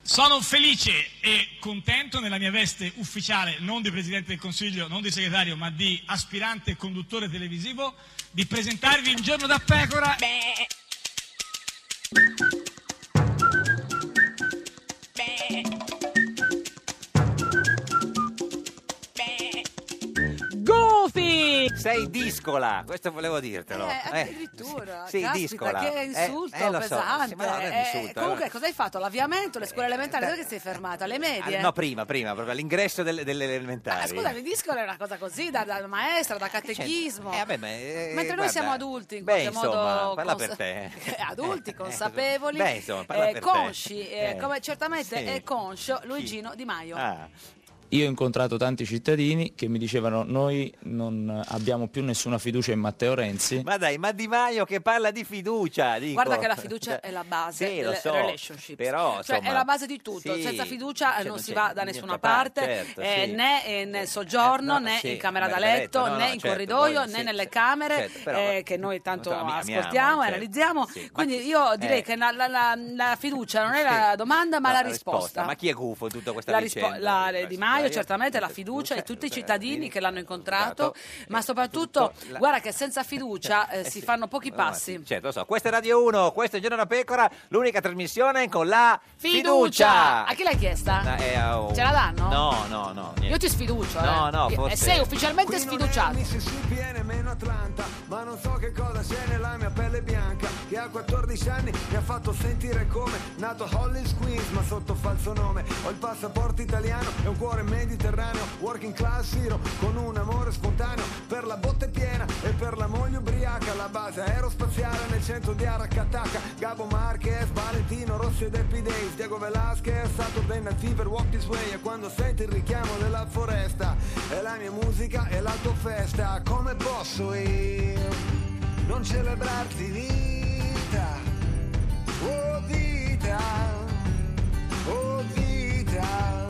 Sono felice e contento nella mia veste ufficiale, non di Presidente del Consiglio, non di segretario, ma di aspirante conduttore televisivo, di presentarvi Un giorno da pecora. Goofy! Sei discola, questo volevo dirtelo. Addirittura, sì, caspita, discola. che insulto lo so. pesante. Sì, ma no, non è un insulto, Comunque, allora. cosa hai fatto? L'avviamento, le scuole elementari? Dove che sei fermata? Le medie? No, prima, proprio all'ingresso delle elementari. Scusa, il discolo è una cosa così, da maestra, da catechismo. Mentre Mentre noi siamo adulti, in qualche modo parla per te. adulti, consapevoli, parla per consci, te. come certamente Sì. è conscio Luigino Di Maio. Io ho incontrato tanti cittadini che mi dicevano noi non abbiamo più nessuna fiducia in Matteo Renzi. Ma dai, ma Di Maio che parla di fiducia, dico. Guarda che la fiducia è la base Sì, lo delle so, relationship, però, cioè insomma, è la base di tutto. sì, Senza fiducia cioè, non non si c'è va da niente nessuna da fare, parte, certo, sì. né nel soggiorno, né sì, in camera da camera da letto, letto, né in certo, corridoio, poi, né sì, nelle camere, certo, però, che noi tanto amiamo, ascoltiamo e certo, analizziamo. sì. Quindi io direi che la fiducia non è la domanda, ma la risposta. Ma chi è gufo in tutta questa La vicenda? Di Maio, certamente la fiducia e tutti i cittadini che l'hanno incontrato, ma soprattutto guarda che senza fiducia si fanno pochi passi. Certo, lo so. Questa è Radio 1, questo è Giorno da Pecora, l'unica trasmissione con la Fiducia! A chi l'hai chiesta? Ce la danno? No, niente. Io ti sfiducio, No, E forse... sei ufficialmente sfiduciato. Mississippi è nemmeno Atlanta, ma non so che cosa c'è nella mia pelle bianca, che a 14 anni mi ha fatto sentire come nato a Hollis Queens, ma sotto falso nome. Ho il passaporto italiano e un cuore mediterraneo, working class hero, con un amore spontaneo per la botte piena e per la moglie ubriaca. La base aerospaziale nel centro di Aracataca, Gabo Marquez, Valentino Rossi ed Happy Days, Diego Velasquez, Saturday Night Fever, Walk This Way. E quando senti il richiamo della foresta, è la mia musica e l'autofesta. Come posso io non celebrarti vita? Oh vita, oh vita.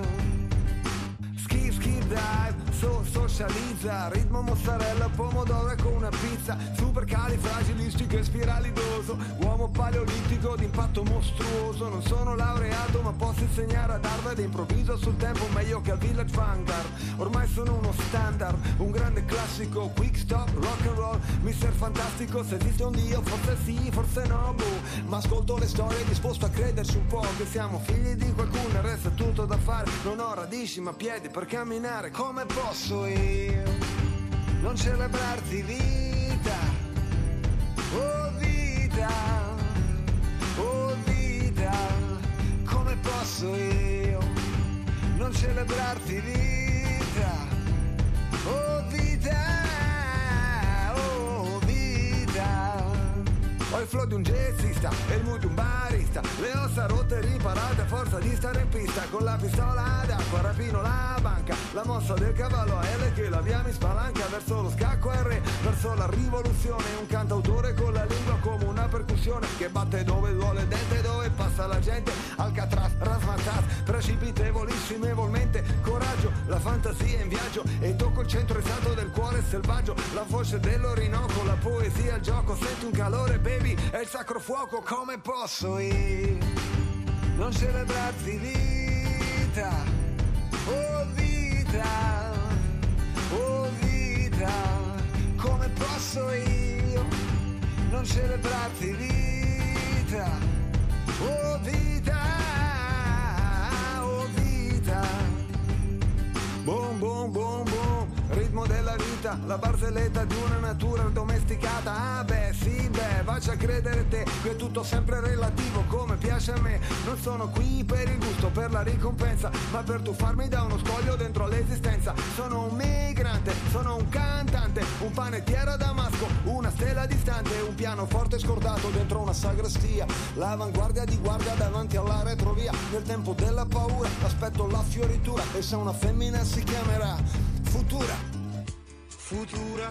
Skip, skip, dive, socializza, ritmo mozzarella, pomodoro e con una pizza, supercalifragilistico e spiralidoso, uomo paleolitico d'impatto mostruoso. Non sono laureato ma posso insegnare ad Harvard, improvviso sul tempo meglio che al Village Vanguard. Ormai sono uno standard, un grande classico, quick stop, rock and roll, Mr. Fantastico. Se esiste un Dio forse sì, forse no, ma ascolto le storie disposto a crederci un po', che siamo figli di qualcuno e resta tutto da fare. Non ho radici ma piedi per camminare. Come posso io non celebrarti vita? Oh vita, oh vita. Come posso io non celebrarti vita? Oh vita, oh vita. Ho il flow di un jazzista e il mood di un barista, le ossa rotte riparate a forza di stare in pista. Con la pistola d'acqua rapino la banca, la mossa del cavallo a L che la via mi spalanca verso lo scacco R, verso la rivoluzione. Un cantautore con la lingua come una percussione che batte dove duole il dente, dove passa la gente. Alcatraz, rasmatas, precipitevolissimevolmente. Coraggio, la fantasia in viaggio e tocco il centro esatto del cuore selvaggio. La voce dell'Orinoco, la poesia al gioco. Senti un calore, baby, è il sacro fuoco. Come posso io non celebrarti vita? Oh vita, oh vita. Come posso io non celebrarti vita? Oh vita, oh vita. Boom, boom, boom, boom, ritmo della vita, la barzelletta di una natura domesticata. Ah beh, sì, beh, faccia credere te che è tutto sempre relativo come piace a me. Non sono qui per il gusto, per la ricompensa, ma per tuffarmi da uno scoglio dentro l'esistenza. Sono un migrante, sono un cantante, un panettiere a Damasco, una stella distante, un pianoforte scordato dentro una sagrestia, l'avanguardia di guardia davanti alla retrovia. Nel tempo della paura aspetto la fioritura, e se una femmina si chiamerà Futura, Futura.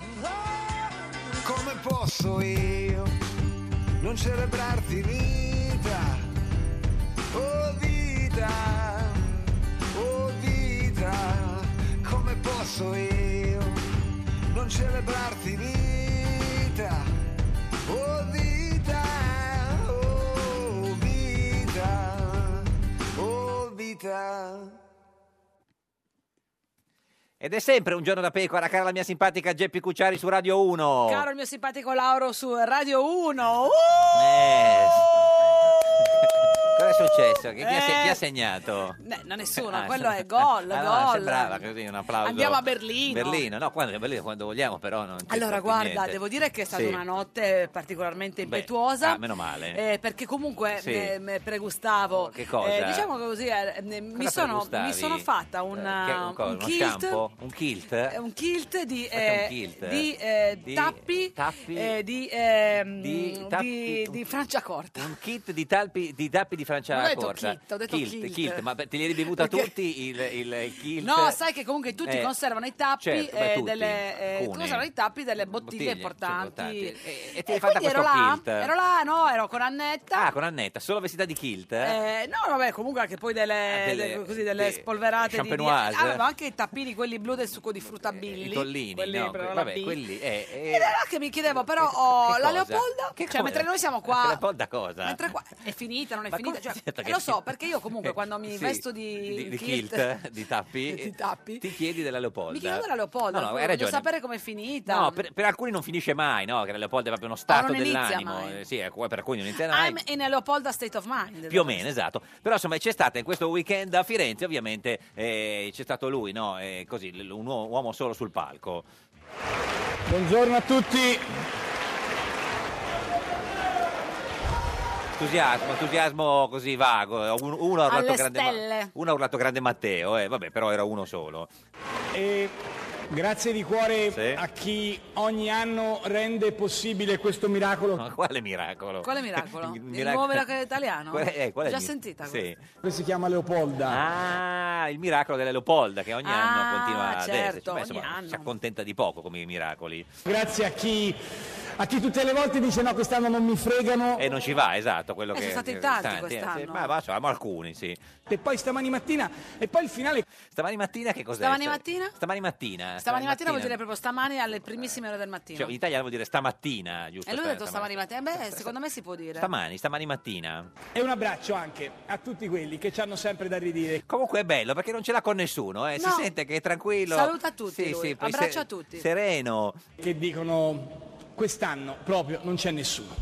Come posso io non celebrarti vita? Oh vita, oh vita. Come posso io non celebrarti vita? Oh vita, oh vita. vita. Ed è sempre un giorno da pecora, cara la mia simpatica Geppi Cucciari su Radio 1. Caro il mio simpatico Lauro su Radio 1. Cosa è successo? Chi ha segnato? Non nessuno, quello è gol, gol. Sembrava così, un applauso. Andiamo a Berlino. Berlino, no, quando vogliamo, però non c'è Allora, stato guarda, niente. devo dire che è stata Sì. una notte particolarmente impetuosa. meno male. Perché comunque Sì. me pregustavo. Che cosa? Diciamo così, mi sono fatta un uno kilt. shampoo? Un kilt? Un kilt di Cos'è un kilt? di tappi di Franciacorta. Un kit di tappi di Non ho Franciacorta. detto kit, ho detto kilt. Ma te li eri bevuta Perché- tutti il kilt? No, sai che comunque tutti conservano i tappi certo, beh, tutti. delle Alcuni. conservano i tappi delle bottiglie importanti. E ti hai fatta quindi questo kilt? ero là, no, ero con Annetta. Ah, con Annetta, solo vestita di kilt? No, vabbè, comunque anche poi delle spolverate di champenoise. avevo anche i tappini, quelli blu del succo di frutta Billy. I tollini, quelli no, però la vabbè, B. quelli Ed era là che mi chiedevo, però Che la cosa? Leopolda, Che cioè cosa? mentre noi siamo qua, Leopolda cosa? mentre qua è finita, non è Ma finita, come cioè, certo che lo so, sì. perché io comunque quando mi Sì, vesto di kilt, di tappi, di tappi, ti chiedi della Leopolda. mi chiedo della Leopolda, No, hai voglio ragione. sapere com'è finita. No, per alcuni non finisce mai, no? Che la Leopolda è proprio uno stato non inizia dell'animo. mai. Sì, per alcuni non inizia mai. I'm in a Leopolda state of mind. Più o meno, esatto. Però insomma c'è stata in questo weekend a Firenze, ovviamente c'è stato lui, no? Così, un uomo solo sul palco. Buongiorno a tutti. Entusiasmo così vago. Uno ha urlato Alle grande, stelle. uno ha urlato grande Matteo, vabbè, però era uno solo. E grazie di cuore Sì. a chi ogni anno rende possibile questo miracolo. Ma quale miracolo? Quale miracolo? Il miracolo- nuovo miracolo italiano? Qual è L'ho già il- sentita Sì. Che si chiama Leopolda. Ah, il miracolo della Leopolda che ogni anno continua ad certo, esserci. Beh, ogni insomma, anno. si accontenta di poco come i miracoli. Grazie a chi tutte le volte dice no, quest'anno non mi fregano. E non ci va, esatto, quello che sono stati tanti sì, quest'anno. ma insomma, alcuni, sì. E poi stamani mattina, e poi il finale. Stamani mattina che cos'è? Stamani mattina? Stamani mattina. Stamani mattina vuol dire proprio stamani alle primissime ore del mattino. Cioè, in italiano vuol dire stamattina, giusto? E lui ha detto stamani mattina. Beh, secondo me si può dire. Stamani mattina. E un abbraccio anche a tutti quelli che ci hanno sempre da ridire. Comunque è bello perché non ce l'ha con nessuno, si No. sente che è tranquillo. Saluta tutti Sì, lui. sì, poi Abbraccia a tutti. Sereno. Che dicono quest'anno proprio non c'è nessuno.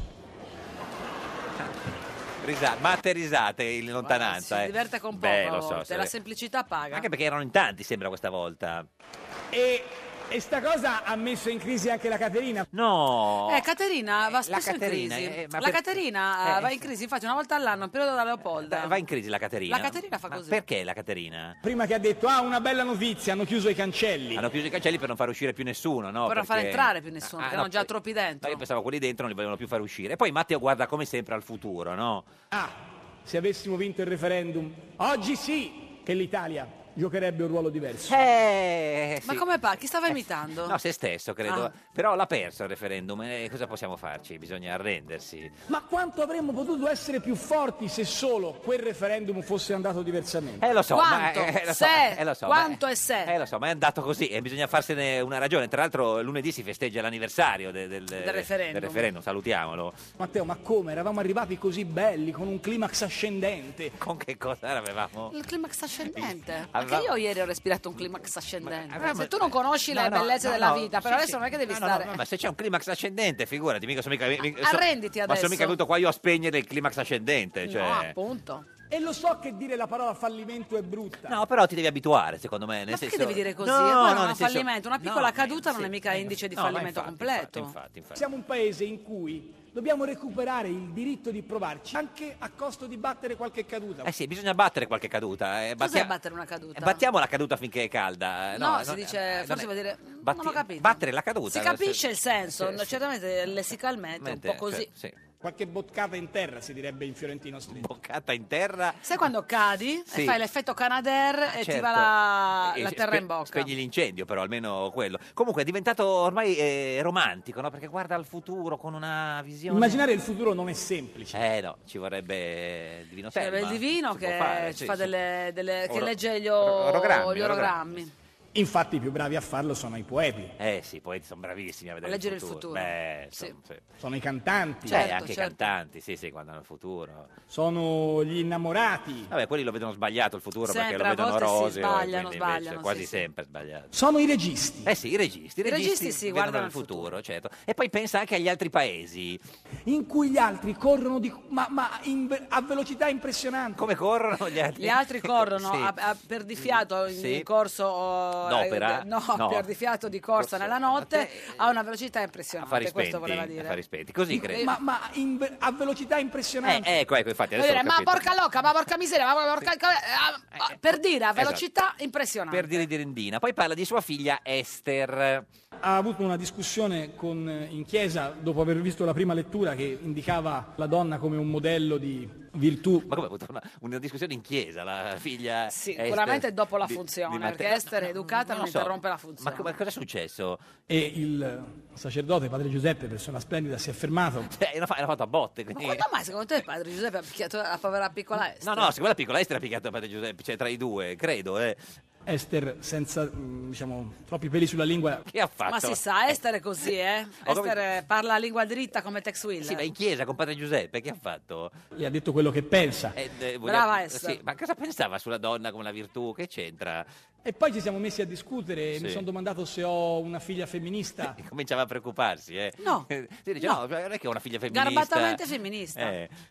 Matte risate in lontananza. Si diverte con poco. Beh, a lo so, volte. La semplicità paga. anche perché erano in tanti, sembra, questa volta. E sta cosa ha messo in crisi anche la Caterina. No. Caterina va spesso Caterina, in crisi. ma La per- Caterina va in crisi, infatti una volta all'anno, in periodo da Leopolda. Va in crisi la Caterina. La Caterina fa Ma così. perché la Caterina? Prima che ha detto una bella notizia, hanno chiuso i cancelli. Hanno chiuso i cancelli per non far uscire più nessuno, no? Per non far Perché- entrare più nessuno, perché erano già no, troppi dentro. No, io pensavo quelli dentro non li volevano più far uscire. E poi Matteo guarda come sempre al futuro, no? Se avessimo vinto il referendum, oggi sì che l'Italia giocherebbe un ruolo diverso. Ma sì. come fa? Chi stava imitando? No, se stesso, credo. Ah. Però l'ha perso il referendum e cosa possiamo farci? Bisogna arrendersi. Ma quanto avremmo potuto essere più forti se solo quel referendum fosse andato diversamente? Lo so, Quanto? lo so, Se? lo so, Quanto è se? Lo so, ma è andato così e bisogna farsene una ragione. Tra l'altro lunedì si festeggia l'anniversario del referendum, salutiamolo. Matteo, ma come? Eravamo arrivati così belli, con un climax ascendente. Con che cosa avevamo? Il climax ascendente. Avevamo- Anche io ieri ho respirato un climax ascendente. avevamo- Se tu non conosci le bellezze della vita, però adesso non è che devi stare. Ma se c'è un climax ascendente, figurati, mica sono mica. Arrenditi Ma adesso. sono mica venuto qua io a spegnere il climax ascendente. Cioè... No, appunto. E lo so che dire la parola fallimento è brutta. No, però ti devi abituare, secondo me. Nel Ma senso... perché devi dire così? No, Poi no, non è un nel senso- fallimento, una piccola no, caduta sì, non è mica indice di no, ma fallimento infatti, completo. Infatti. Siamo un paese in cui dobbiamo recuperare il diritto di provarci, anche a costo di battere qualche caduta. Sì, bisogna battere qualche caduta. Cos'è battere una caduta? Battiamo la caduta finché è calda. No, si dice, forse vuol dire, non ho capito. Battere la caduta. Si capisce il senso, Sì, sì. certamente lessicalmente un po' così. Sì. Qualche boccata in terra, si direbbe in fiorentino stretto. Boccata in terra. Sai quando cadi Sì. e fai l'effetto Canadair e ti Certo. va E la terra in bocca? Spegni l'incendio, però almeno quello. Comunque è diventato ormai romantico, no? Perché guarda al futuro con una visione. Immaginare il futuro non è semplice. No, ci vorrebbe il divino C'è Telma. il divino Si può che fare, ci sì, fa sì. che legge gli Orogrammi. orogrammi. Infatti i più bravi a farlo sono i poeti, Sì, i poeti sono bravissimi a vedere leggere il futuro. Beh, Sì. sì. sono i cantanti, Certo, Anche i certo. cantanti, sì, guardano il futuro. sono gli innamorati, Vabbè, quelli lo vedono sbagliato il futuro perché Sempre, lo a vedono volte sì, roseo. sbagliano, quindi invece sbagliano, quasi sì, sì. sempre sbagliato. sono i registi, Sì, i registi. I registi sì, vedono guardano il il futuro, certo. E poi pensa anche agli altri paesi. in cui gli altri corrono a velocità impressionante. Come corrono gli altri? Gli altri corrono Sì. a perdifiato in Sì. corso D'opera? no, No. perdifiato di corsa nella notte a una velocità impressionante. Affari questo spenti, voleva dire. affari spenti. Così credo. A velocità impressionante. Ecco, infatti adesso Voglio dire, l'ho ma capito. porca loca, ma porca miseria, per dire a velocità Esatto. impressionante. Per dire di Rendina. Poi parla di sua figlia Esther. Ha avuto una discussione in chiesa dopo aver visto la prima lettura che indicava la donna come un modello di virtù. Ma come ha avuto una discussione in chiesa la figlia? Sicuramente Esther dopo la di funzione, Matteo? perché Esther è educata e non lo so. interrompe la funzione. Ma cosa è successo? E il sacerdote, padre Giuseppe, persona splendida, si è fermato. Era fatto a botte. Ma Quindi... quando mai secondo te padre Giuseppe ha picchiato la povera piccola Esther? No, secondo la piccola Esther ha picchiato padre Giuseppe, cioè tra i due, credo. Esther, senza troppi peli sulla lingua, Che ha fatto? Ma si sa, Esther è così, Esther parla la lingua dritta come Tex Willer. Sì, ma in chiesa con padre Giuseppe, che ha fatto? gli ha detto quello che pensa. Brava Esther. Sì, ma cosa pensava sulla donna come una virtù? Che c'entra? E poi ci siamo messi a discutere e Sì. mi sono domandato se ho una figlia femminista. E cominciava a preoccuparsi, No. Si dice, no, non è che ho una figlia femminista. Garbatamente femminista.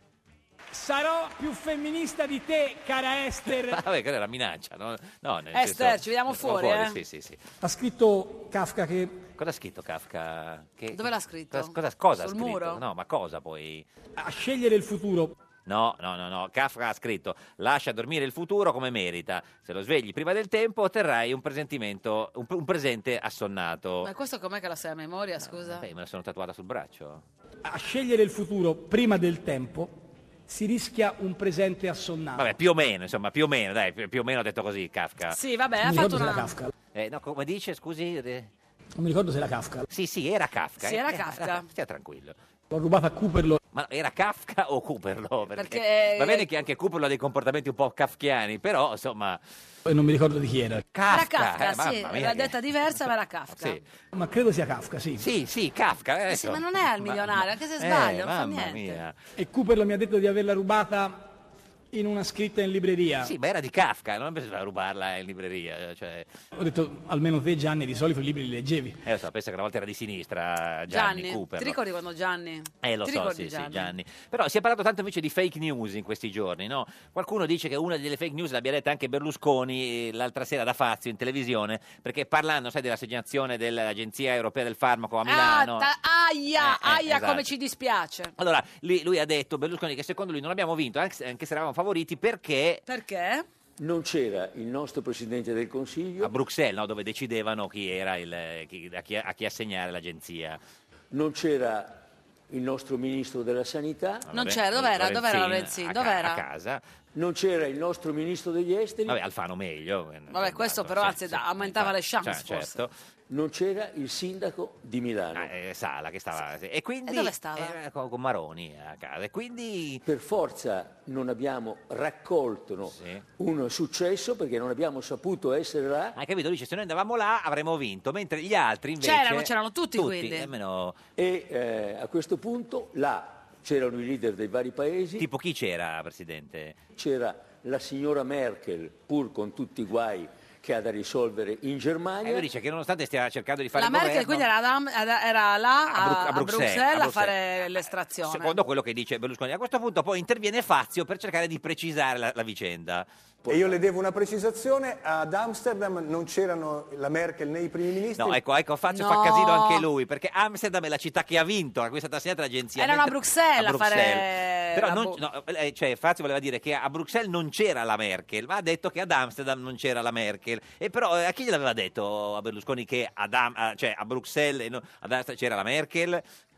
Sarò più femminista di te, cara Esther. Vabbè, quella è una minaccia, no? No, nel Esther, senso- ci vediamo fuori, Sì. Ha scritto Kafka che Cosa ha scritto Kafka? Dove l'ha scritto? Cosa ha Sul scritto? muro? No, ma cosa poi? a scegliere il futuro No. Kafka ha scritto: lascia dormire il futuro come merita. Se lo svegli prima del tempo, otterrai un presentimento, un presente assonnato. Ma questo com'è che la sai a memoria, scusa? Me la sono tatuata sul braccio. a scegliere il futuro prima del tempo si rischia un presente assonnato. Vabbè, più o meno, dai, più o meno ha detto così Kafka. Sì, vabbè, Non ha mi fatto ricordo se era una... Kafka. No, come dice, scusi? Non mi ricordo se era Kafka. Sì, era Kafka. Sì, era Kafka. Stia tranquillo. L'ho rubata a Cooperlo. Ma era Kafka o Cooperlo? Perché- Va bene che anche Cooperlo ha dei comportamenti un po' kafkiani, però insomma... E non mi ricordo di chi era. Era Kafka, Kafka, sì, mamma mia, l'ha che- detta diversa, ma era Kafka. Sì. Ma credo sia Kafka, sì. Sì, Kafka. Sì, adesso- ma non è al milionario, anche se sbaglia, non fa mamma niente. mia. E Cooperlo mi ha detto di averla rubata in una scritta in libreria. Sì, ma era di Kafka, non bisogna rubarla in libreria. Cioè... Ho detto, almeno te Gianni di solito i libri li leggevi. lo so, pensa che una volta era di sinistra Gianni, Cooperlo. ti ricordi quando Gianni? Lo Ti so, ricordi sì, Gianni. Però si è parlato tanto invece di fake news in questi giorni, no? Qualcuno dice che una delle fake news l'abbia detta anche Berlusconi l'altra sera da Fazio in televisione, perché parlando, sai, dell'assegnazione dell'Agenzia Europea del Farmaco a Milano. Aia, esatto. come ci dispiace. Allora, lui ha detto, Berlusconi, che secondo lui non abbiamo vinto, anche se eravamo favoriti, perché Perché? Non c'era il nostro Presidente del Consiglio, a Bruxelles, no, dove decidevano chi era a chi assegnare l'agenzia. non c'era il nostro Ministro della Sanità, Non c'era, dov'era Lorenzin? Dov'era? A casa. non c'era il nostro Ministro degli Esteri, Vabbè, Alfano meglio. Vabbè, questo però anzi aumentava le chance, forse. Certo. non c'era il Sindaco di Milano. Sala che stava. E quindi. E dove stava? Con Maroni a casa. E quindi. Per forza non abbiamo raccolto Sì. un successo perché non abbiamo saputo essere là. Hai capito? Dice, se noi andavamo là avremmo vinto, mentre gli altri invece. C'erano tutti, quindi. Nemmeno. E a questo punto là c'erano i leader dei vari paesi, Tipo chi c'era, Presidente? c'era la signora Merkel, pur con tutti i guai che ha da risolvere in E Germania. lui dice che nonostante stia cercando di fare La il Merkel governo, quindi era là a a Bruxelles, Bruxelles a a fare l'estrazione. secondo quello che dice Berlusconi. A questo punto poi interviene Fazio per cercare di precisare la vicenda. E io le devo una precisazione, ad Amsterdam non c'erano la Merkel né i primi ministri. No, ecco, Fazio No. fa casino anche lui, perché Amsterdam è la città che ha vinto, a cui è stata assegnata l'agenzia. Erano a mentre- Bruxelles a fare Però la non, bo- no, cioè, Fazio voleva dire che a Bruxelles non c'era la Merkel, ma ha detto che ad Amsterdam non c'era la Merkel. E però a chi gliel'aveva detto a Berlusconi che cioè a Bruxelles e ad Amsterdam c'era la Merkel?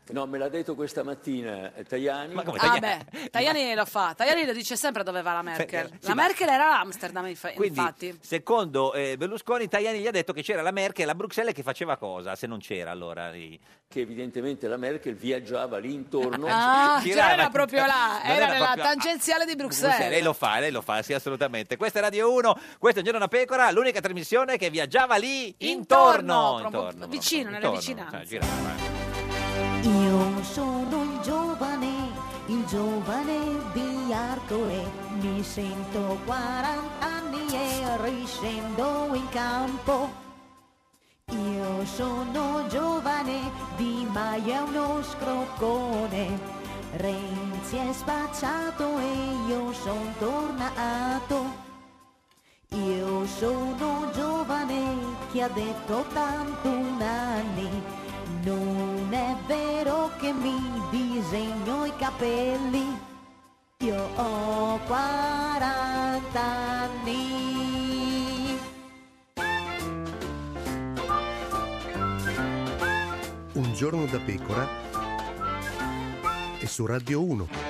No, me l'ha detto questa mattina Tajani. Ma come Tajani lo fa. Tajani lo dice sempre dove va la Merkel. Sì, La Merkel era a Amsterdam, Quindi, infatti. secondo Berlusconi, Tajani gli ha detto che c'era la Merkel a Bruxelles che faceva cosa, se non c'era allora lì? Che evidentemente la Merkel viaggiava lì intorno. Era proprio là, Non era era nella proprio tangenziale di Bruxelles. Lei lo fa, sì, assolutamente. Questa è Radio 1, questo è Un giorno da pecora, l'unica trasmissione che viaggiava lì intorno. Vicino, nelle vicinanze. Girava. Io sono il giovane di Arcore, mi sento 40 anni e riscendo in campo. Io sono giovane, Di Maio è uno scroccone, Renzi è spacciato e io son tornato. Io sono giovane che ha detto 81 anni, non è vero che mi disegno i capelli, io ho 40 anni. Un giorno da pecora e su Radio 1.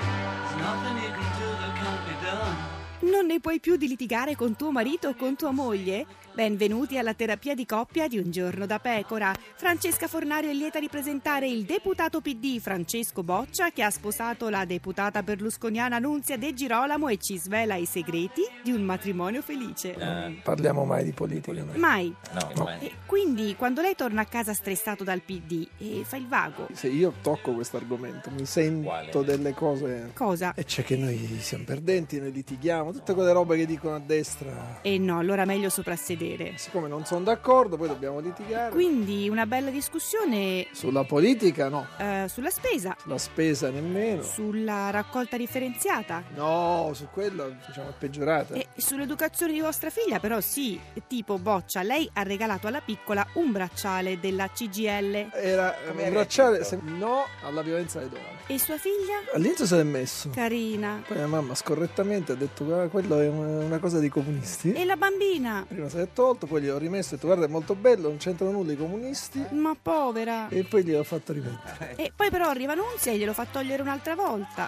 Non ne puoi più di litigare con tuo marito o con tua moglie? Benvenuti alla terapia di coppia di Un giorno da pecora. Francesca Fornario è lieta di presentare il deputato PD Francesco Boccia, che ha sposato la deputata berlusconiana Nunzia De Girolamo e ci svela i segreti di un matrimonio felice. Parliamo mai di politica? Mai. No. E quindi quando lei torna a casa stressato dal PD e fa il vago. Se io tocco questo argomento mi sento delle cose. Cosa? E c'è che noi siamo perdenti, noi litighiamo, tutte quelle robe che dicono a destra. E no, allora meglio soprassedere. Siccome non sono d'accordo, poi dobbiamo litigare. Quindi una bella discussione. Sulla politica no. Sulla spesa. La spesa nemmeno. Sulla raccolta differenziata. No, su quello diciamo è peggiorata. E sull'educazione di vostra figlia però sì. Tipo Boccia, lei ha regalato alla piccola un bracciale della CGIL. Era un bracciale no alla violenza alle donne. E sua figlia? All'inizio se l'è messo. Carina. Poi la mamma scorrettamente ha detto guarda, quello è una cosa dei comunisti. E la bambina? Prima se l'è tolto, poi gliel'ho rimesso e ho detto guarda è molto bello, non c'entrano nulla i comunisti. Ma povera. E poi gliel'ho fatto rimettere. E poi però arriva Nunzia e glielo fa togliere un'altra volta.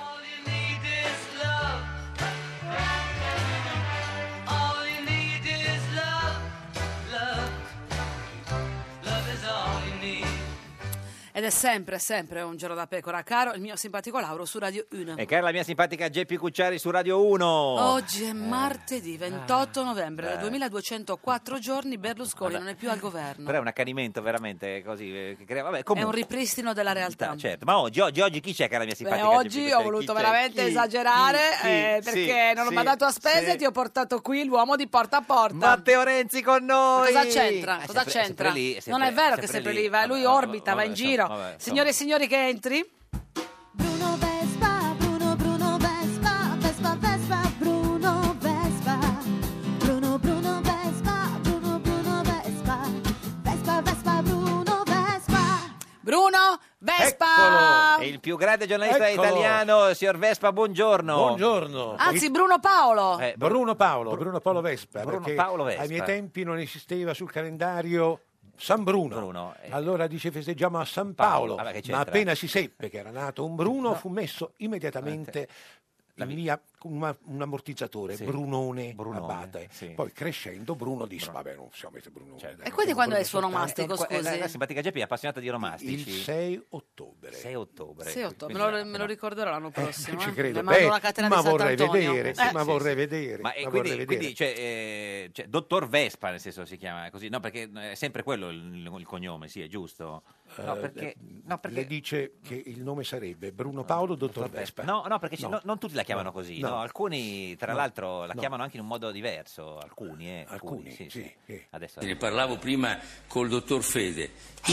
Ed è sempre Un giorno da pecora, caro il mio simpatico Lauro su Radio 1. E cara la mia simpatica Geppi Cucciari su Radio 1. Oggi è martedì 28 novembre, da 2204 giorni Berlusconi non è più al governo. Però è un accanimento veramente così. Vabbè, È un ripristino della realtà. Certo, ma oggi chi c'è, cara la mia simpatica oggi Geppi ho Cucciari? voluto Chi c'è? veramente Chi? esagerare perché non ho mandato a spese e ti ho portato qui l'uomo di porta a porta. Matteo Renzi con noi. Ma cosa c'entra? È Cosa sempre- c'entra? sempre lì, Non è vero che è sempre lì, va, lui orbita, va in giro. Signore e signori che entri. Bruno Vespa, Bruno Vespa, Vespa Vespa, Bruno Vespa, Bruno Vespa, Bruno Vespa, Vespa Vespa, Bruno Vespa. Bruno Vespa! Eccolo! È il più grande giornalista italiano, signor Vespa, buongiorno. Buongiorno. Anzi, Bruno Paolo. Bruno Paolo Vespa. Bruno perché Paolo Vespa. Ai miei tempi non esisteva sul calendario San Bruno. Allora dice festeggiamo a San Paolo. Vabbè, che ma c'entra? appena si seppe che era nato un Bruno fu messo immediatamente in via un ammortizzatore, Sì. Brunone Abate. sì. Poi crescendo Bruno disse vabbè non possiamo mettere Bruno. E quindi quando è il suo onomastico, scusi? La simpatica Geppi è appassionata di onomastici. Il 6 ottobre. 6 ottobre. Sì, me lo ricorderò l'anno prossimo. Ci credo. Le mando una catena ma di vorrei Sant'Antonio. vedere, ma Sì, vorrei sì. vedere. Ma ma vorrei quindi vedere. c'è dottor Vespa, nel senso si chiama così, no? Perché è sempre quello il cognome, sì, è giusto? No, perché Le dice che il nome sarebbe Bruno Paolo Dottor Vespa. No, perché non tutti la chiamano così, no? Alcuni, tra l'altro, la no. chiamano anche in un modo diverso, alcuni. Sì. Adesso. Ne parlavo prima col dottor Fede.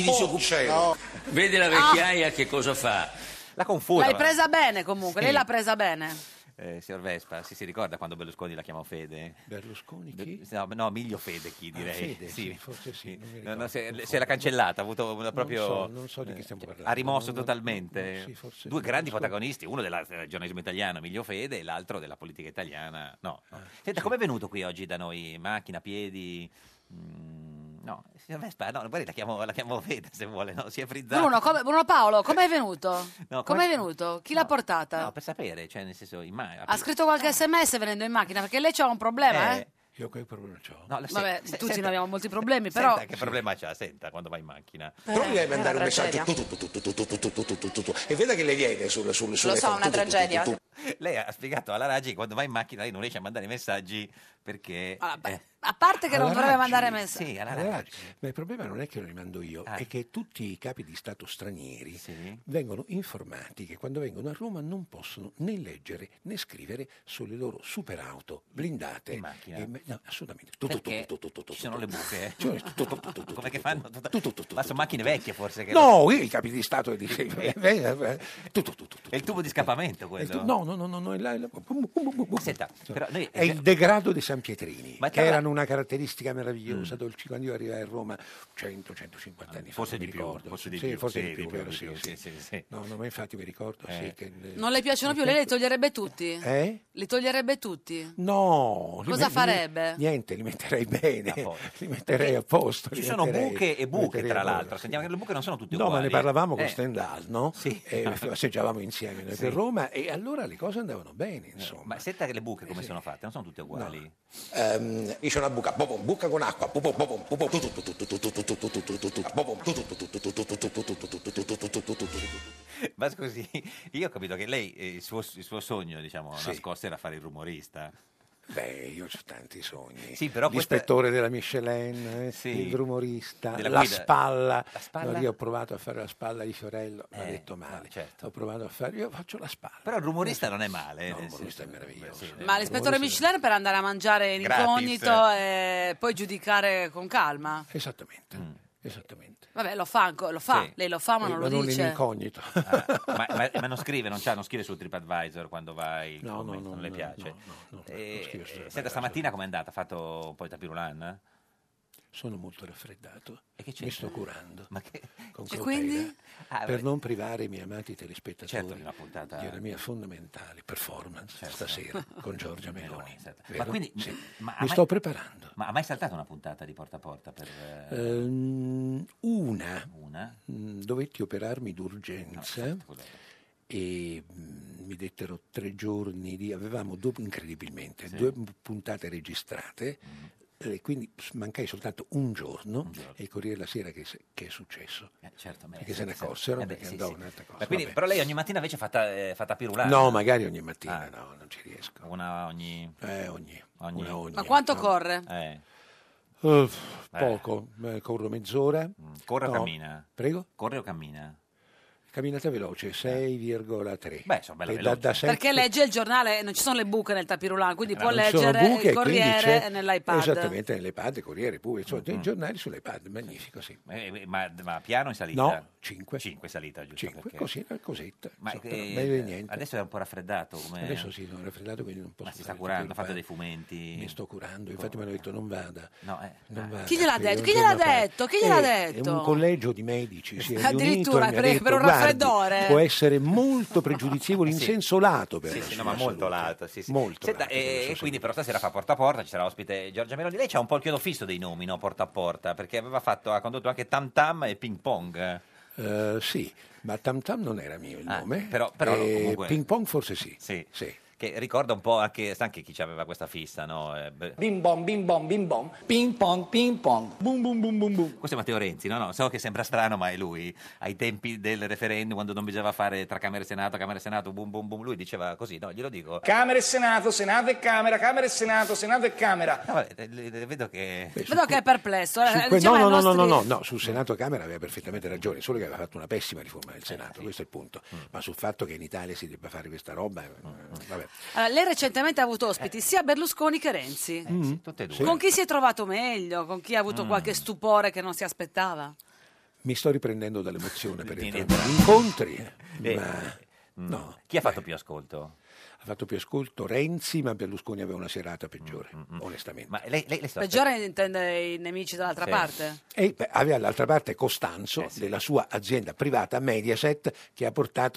Vede la vecchiaia che cosa fa? La confusa. L'hai presa bene comunque, Sì. lei l'ha presa bene. Signor Vespa, si ricorda quando Berlusconi la chiamò Fede? Berlusconi chi? No, Miglio Fede chi direi. Fede, sì, forse sì. Non mi ricordo. No, se l'ha cancellata, ha avuto proprio... Non so di chi stiamo parlando. Ha rimosso totalmente. Sì, forse Due sì, grandi non so. protagonisti, uno del giornalismo italiano, Miglio Fede, e l'altro della politica italiana. No. Senta, com'è venuto qui oggi da noi? Macchina, piedi? No, signor Vespa, no, guardi, la chiamo Fede se vuole, no? Si è frizzato. Bruno Paolo, com'è venuto? No, Com'è venuto? Chi l'ha portata? No, per sapere, cioè nel senso... Ha scritto qualche sms venendo in macchina, perché lei c'ha un problema, eh? Io che problema c'ho? No, Vabbè, tutti senta- noi abbiamo molti problemi, però... Senta che problema c'ha, senta, quando va in macchina. Però gli deve mandare un messaggio e veda che le viene sulle phone. Lei ha spiegato alla Raggi che quando va in macchina lei non riesce a mandare i messaggi perché... A parte che non Alla dovrebbe Raggi. mandare messaggi. Sì, alla Alla Raggi. Raggi. Ma il problema non è che lo rimando io, è che tutti i capi di Stato stranieri vengono informati che quando vengono a Roma non possono né leggere né scrivere sulle loro superauto blindate. In macchina? No, assolutamente. Perché ci sono le buche? Come che fanno? Tutto. Ma sono macchine vecchie forse? Che No, i capi di Stato È il tubo di scappamento quello? No, Senta, però noi... è il degrado di San Pietrini, Ma che tra erano una caratteristica meravigliosa quando io arrivai a Roma 100-150 anni fa. Forse non di mi più, ricordo. forse di Sì, più, forse sì, di più, vero, di più, sì. sì. No, ma infatti mi ricordo che... Non le piacciono più? Lei li toglierebbe tutti? Li toglierebbe tutti? No. Cosa farebbe? Niente, li metterei bene, li metterei a posto. Ci li sono metterei- buche e buche, metterei tra a posto. l'altro. Sentiamo che le buche non sono tutte No, uguali. ma ne parlavamo con Eh. Stendhal, no? Sì. E passeggiavamo insieme noi Sì. per Roma e allora le cose andavano bene, insomma. Ma senta che le buche come sono fatte? Non sono tutte uguali? C'è una buca, buca con acqua. Ma scusi, io ho capito che lei, il suo sogno, diciamo, nascosto era fare il rumorista. Beh, io ho tanti sogni. Sì, però questa- L'ispettore della Michelin, Sì. il rumorista, Della la guida. spalla. La spalla? No, io ho provato a fare la spalla di Fiorello, mi ha detto male. certo. Ho provato a fare, io faccio la spalla. Però il rumorista non è male. No, nel il rumorista è senso- meraviglioso. Ma l'ispettore Michelin per andare a mangiare in Gratis. incognito e poi giudicare con calma? Esattamente. Vabbè, lo fa, Sì. lei lo fa ma non lo non in dice. incognito. Ma non scrive, non scrive sul TripAdvisor quando vai il No, commento, non le piace. Senta, stamattina com'è andata? Ha fatto un po' di tapirulan? Sono molto raffreddato. E che c'è? Mi sto curando. Ma che... Con E Clopeida, quindi? per non privare i miei amati telespettatori Certo, di una puntata- di una mia fondamentale performance stasera con Giorgia Meloni. Ma Vero? quindi, Sì. ma ha Mi mai- sto preparando. Ma ha mai saltato una puntata di Porta a Porta? Per, Una. Una? Dovetti operarmi d'urgenza e mi dettero 3 giorni di... Avevamo incredibilmente 2 puntate registrate. E quindi mancai soltanto un giorno e il Corriere della Sera che è successo? Certo, perché se ne accorsero, perché andò un'altra cosa. Ma quindi, Vabbè. però lei ogni mattina invece fa tapirulan? No, magari ogni mattina, no, non ci riesco. Una ogni... ogni. Ma quanto corre? Poco, corro mezz'ora. Corre o No, cammina? Prego? Corre o cammina? Camminata veloce, 6,3. Beh, sono bella E veloce. da 7 Perché legge il giornale, non ci sono le buche nel tapirulan, quindi può non ci sono leggere buche, il Corriere quindi c'è- nell'iPad. Esattamente, nell'iPad, Corriere pure, insomma, dei giornali sull'iPad, magnifico, sì. Ma piano in salita? No, 5. 5 salita, giusto? 5, perché- così, una cosetta. Ma insomma, meglio di niente. adesso è un po' raffreddato. Come... Adesso sì, sono raffreddato, quindi non posso. Ma si sta fare curando, ha tutto fatto il dei pan. fumetti. Mi sto curando, infatti mi hanno detto non vada. No, non vada, Chi gliel'ha perché detto? un Chi gliel'ha giorno fa- detto? Chi gliel'ha detto? Un collegio di medici si è riunito Addirittura, e mi ha per- detto, per un "Guardi, raffreddore?" può essere molto pregiudizievole in Sì. senso lato per Sì, la sì, sua no, ma molto salute. lato. Sì, sì. Molto Senta, lato per la sua e salute. quindi però stasera fa Porta a Porta, ci sarà ospite Giorgia Meloni. Lei c'ha un po' il chiodo fisso dei nomi, no? Porta a Porta, perché ha condotto anche Tam Tam e Ping Pong. Sì, ma Tam Tam non era mio il nome. però comunque- Ping Pong forse sì. Sì. Che ricorda un po' anche chi ci aveva questa fissa, no? Bim bom, bim bom, bim bom, ping pong, boom boom boom boom boom. Questo è Matteo Renzi, no? So che sembra strano, ma è lui. Ai tempi del referendum, quando non bisognava fare tra Camera e Senato, boom boom boom, lui diceva così, no? Glielo dico. Camera e Senato, Senato e Camera, Camera e Senato, Senato e Camera. No, vabbè, vedo che... Vedo che è perplesso. No, diciamo ai nostri- no, sul Senato Camera aveva perfettamente ragione, solo che aveva fatto una pessima riforma del Senato, questo è il punto. Ma sul fatto che in Italia si debba fare questa roba, vabbè. Allora, lei recentemente ha avuto ospiti sia Berlusconi che Renzi. Tutte e due. Con chi si è trovato meglio? Con chi ha avuto qualche stupore che non si aspettava? Mi sto riprendendo dall'emozione per entrambi gli incontri, ma no. Chi ha fatto più ascolto? Ha fatto più ascolto Renzi, ma Berlusconi aveva una serata peggiore, onestamente. Ma lei sta Peggiore intende i nemici dall'altra Sì. parte? E aveva dall'altra parte Costanzo della sua azienda privata Mediaset che ha portato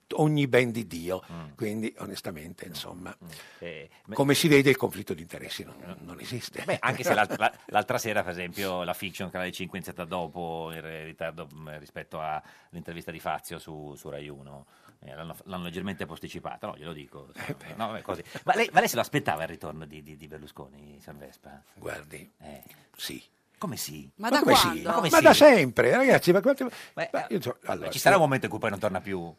ogni ben di Dio. Quindi, onestamente, insomma, come si vede, il conflitto di interessi non esiste. Beh, anche se l'altra sera, per esempio, la Fiction, Canale 5, è iniziata dopo, in ritardo rispetto all'intervista di Fazio su Rai 1. L'hanno leggermente posticipata, no, glielo dico. No, vabbè, così. Ma lei se lo aspettava il ritorno di Berlusconi, San Vespa? Guardi, sì. Come sì? Ma da come quando? Sì? Ma come Ma sì? da sempre, ragazzi. Allora, ci sarà un momento in cui poi non torna più?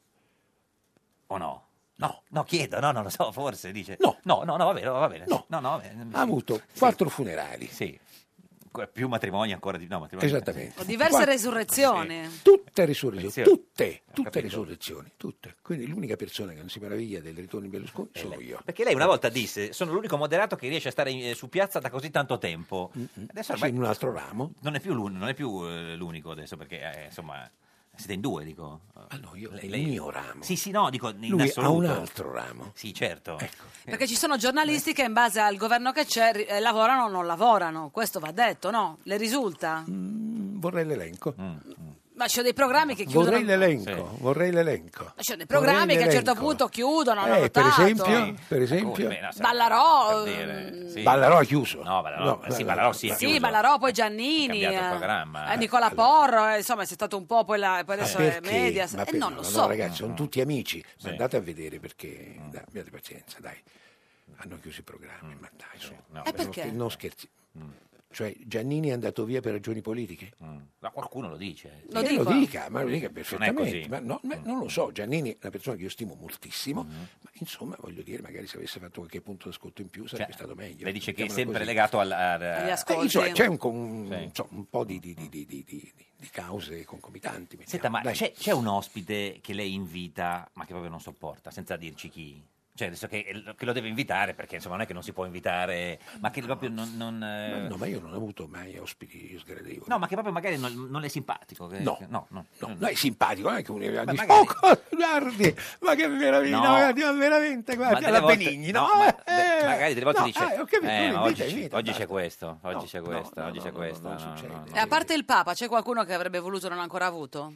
O no? No, chiedo, no, non lo so, forse dice. No, va bene. No. Ha avuto 4 funerali. Sì. Più matrimoni ancora di matrimoni. Esattamente. Ho diverse resurrezioni. Tutte risurrezioni, tutte capito. risurrezioni, tutte. Quindi l'unica persona che non si meraviglia del ritorno di Berlusconi sono io. Perché lei una volta disse: sono l'unico moderato che riesce a stare su piazza da così tanto tempo. Adesso ormai in un altro ramo. Non è più l'unico adesso, perché insomma siete in 2, dico. No, io il mio ramo. Sì, no, dico in Lui assoluto. ha un altro ramo. Sì, certo. Perché ci sono giornalisti che in base al governo che c'è lavorano o non lavorano, questo va detto, no? Le risulta? Vorrei l'elenco. Ma ci sono dei programmi che chiudono. Vorrei l'elenco. Ci sono dei programmi che a un certo punto chiudono, hanno per notato. esempio. Ballarò. Ballarò ha chiuso. No, Ballarò sì. Sì, Ballarò, poi Giannini, cambiato il programma. Nicola Porro, insomma, è stato un po' poi adesso è media. Non lo so. No, ragazzi, sono tutti amici. Ma andate a vedere perché, abbiate pazienza, dai. Hanno chiuso i programmi, ma dai, su. Perché? Non scherzi. Cioè, Giannini è andato via per ragioni politiche? Ma qualcuno lo dice. Lo dica perfettamente. così. Ma non lo so, Giannini è una persona che io stimo moltissimo, ma insomma, voglio dire, magari se avesse fatto qualche punto d'ascolto in più sarebbe stato meglio. Lei dice che è Mettiamola sempre così. legato agli ascolti. Insomma, c'è un po' di cause concomitanti. Senta, ma c'è un ospite che lei invita, ma che proprio non sopporta, senza dirci chi? Cioè, adesso che lo deve invitare, perché insomma non è che non si può invitare, ma che proprio non No, ma io non ho avuto mai ospiti sgradevoli. No, ma che proprio magari non è simpatico. No, è simpatico, non è che uno dice, magari... guardi, ma che meraviglia, No. guardi, ma veramente, guardi, alla Benigni, no? Magari delle volte dice, ho capito, oggi c'è questo, oggi c'è questo. Non succede. E a parte il Papa, c'è qualcuno che avrebbe voluto e non ha ancora avuto?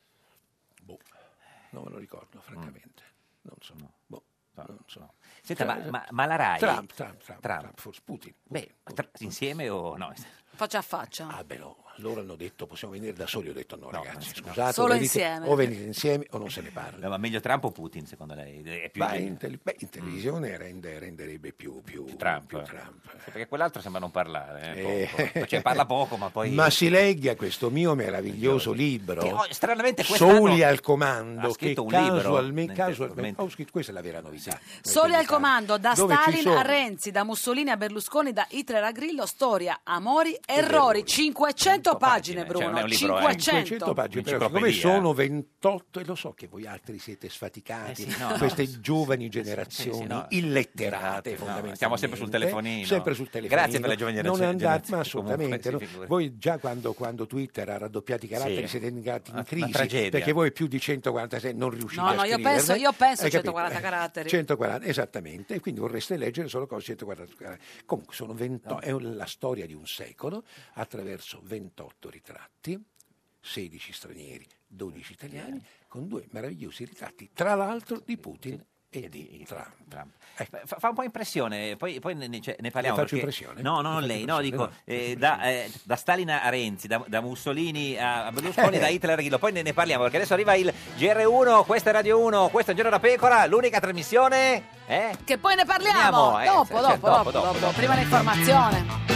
Non me lo ricordo, francamente. Non so. Non so. Senta, ma la Rai... Trump, forse Putin. Beh, insieme o no? Faccia a faccia. Ah, beh, no. Loro hanno detto possiamo venire da soli, ho detto no, ragazzi, scusate, Solo insieme. o venite insieme o non se ne parla. Ma meglio Trump o Putin, secondo lei? È più in televisione renderebbe più Trump. Sì, perché quell'altro sembra non parlare. Cioè parla poco, ma poi... Ma si legga questo mio meraviglioso libro, che, stranamente quest'anno Soli al comando, ha scritto che un libro, casualmente ho scritto, questa è la vera novità. Soli al comando, da Dove ci Stalin sono- a Renzi, da Mussolini a Berlusconi, da Hitler a Grillo, storia, amori, errori, 500 pagine, Bruno, Cioè, non è un libro, 500 pagine, però Enciclopedia. siccome sono 28 e lo so che voi altri siete sfaticati, queste giovani generazioni illetterate, fondamentalmente. Siamo sempre sul telefonino. Sempre sul telefonino. Grazie per le giovani Non generazioni. andate, ma assolutamente. Comunque, no? Voi già quando Twitter ha raddoppiato i caratteri siete entrati in Una crisi, tragedia. perché voi più di 146 non riuscite a No, io scriverne. penso Hai capito? 140 caratteri. 140, esattamente, e quindi vorreste leggere solo cose 140 caratteri. Comunque sono 28, è la storia di un secolo attraverso 28 ritratti, 16 stranieri, 12 italiani, con 2 meravigliosi ritratti, tra l'altro di Putin e di Trump. Fa un po' impressione, poi ne parliamo. Le faccio perché... impressione? No, non lei, no, dico da Stalin a Renzi, da Mussolini a Berlusconi, da Hitler a Grillo, poi ne parliamo perché adesso arriva il GR1, questa è Radio 1, questo è Un Giorno da Pecora, l'unica trasmissione. Che poi ne parliamo Andiamo, dopo, prima l'informazione.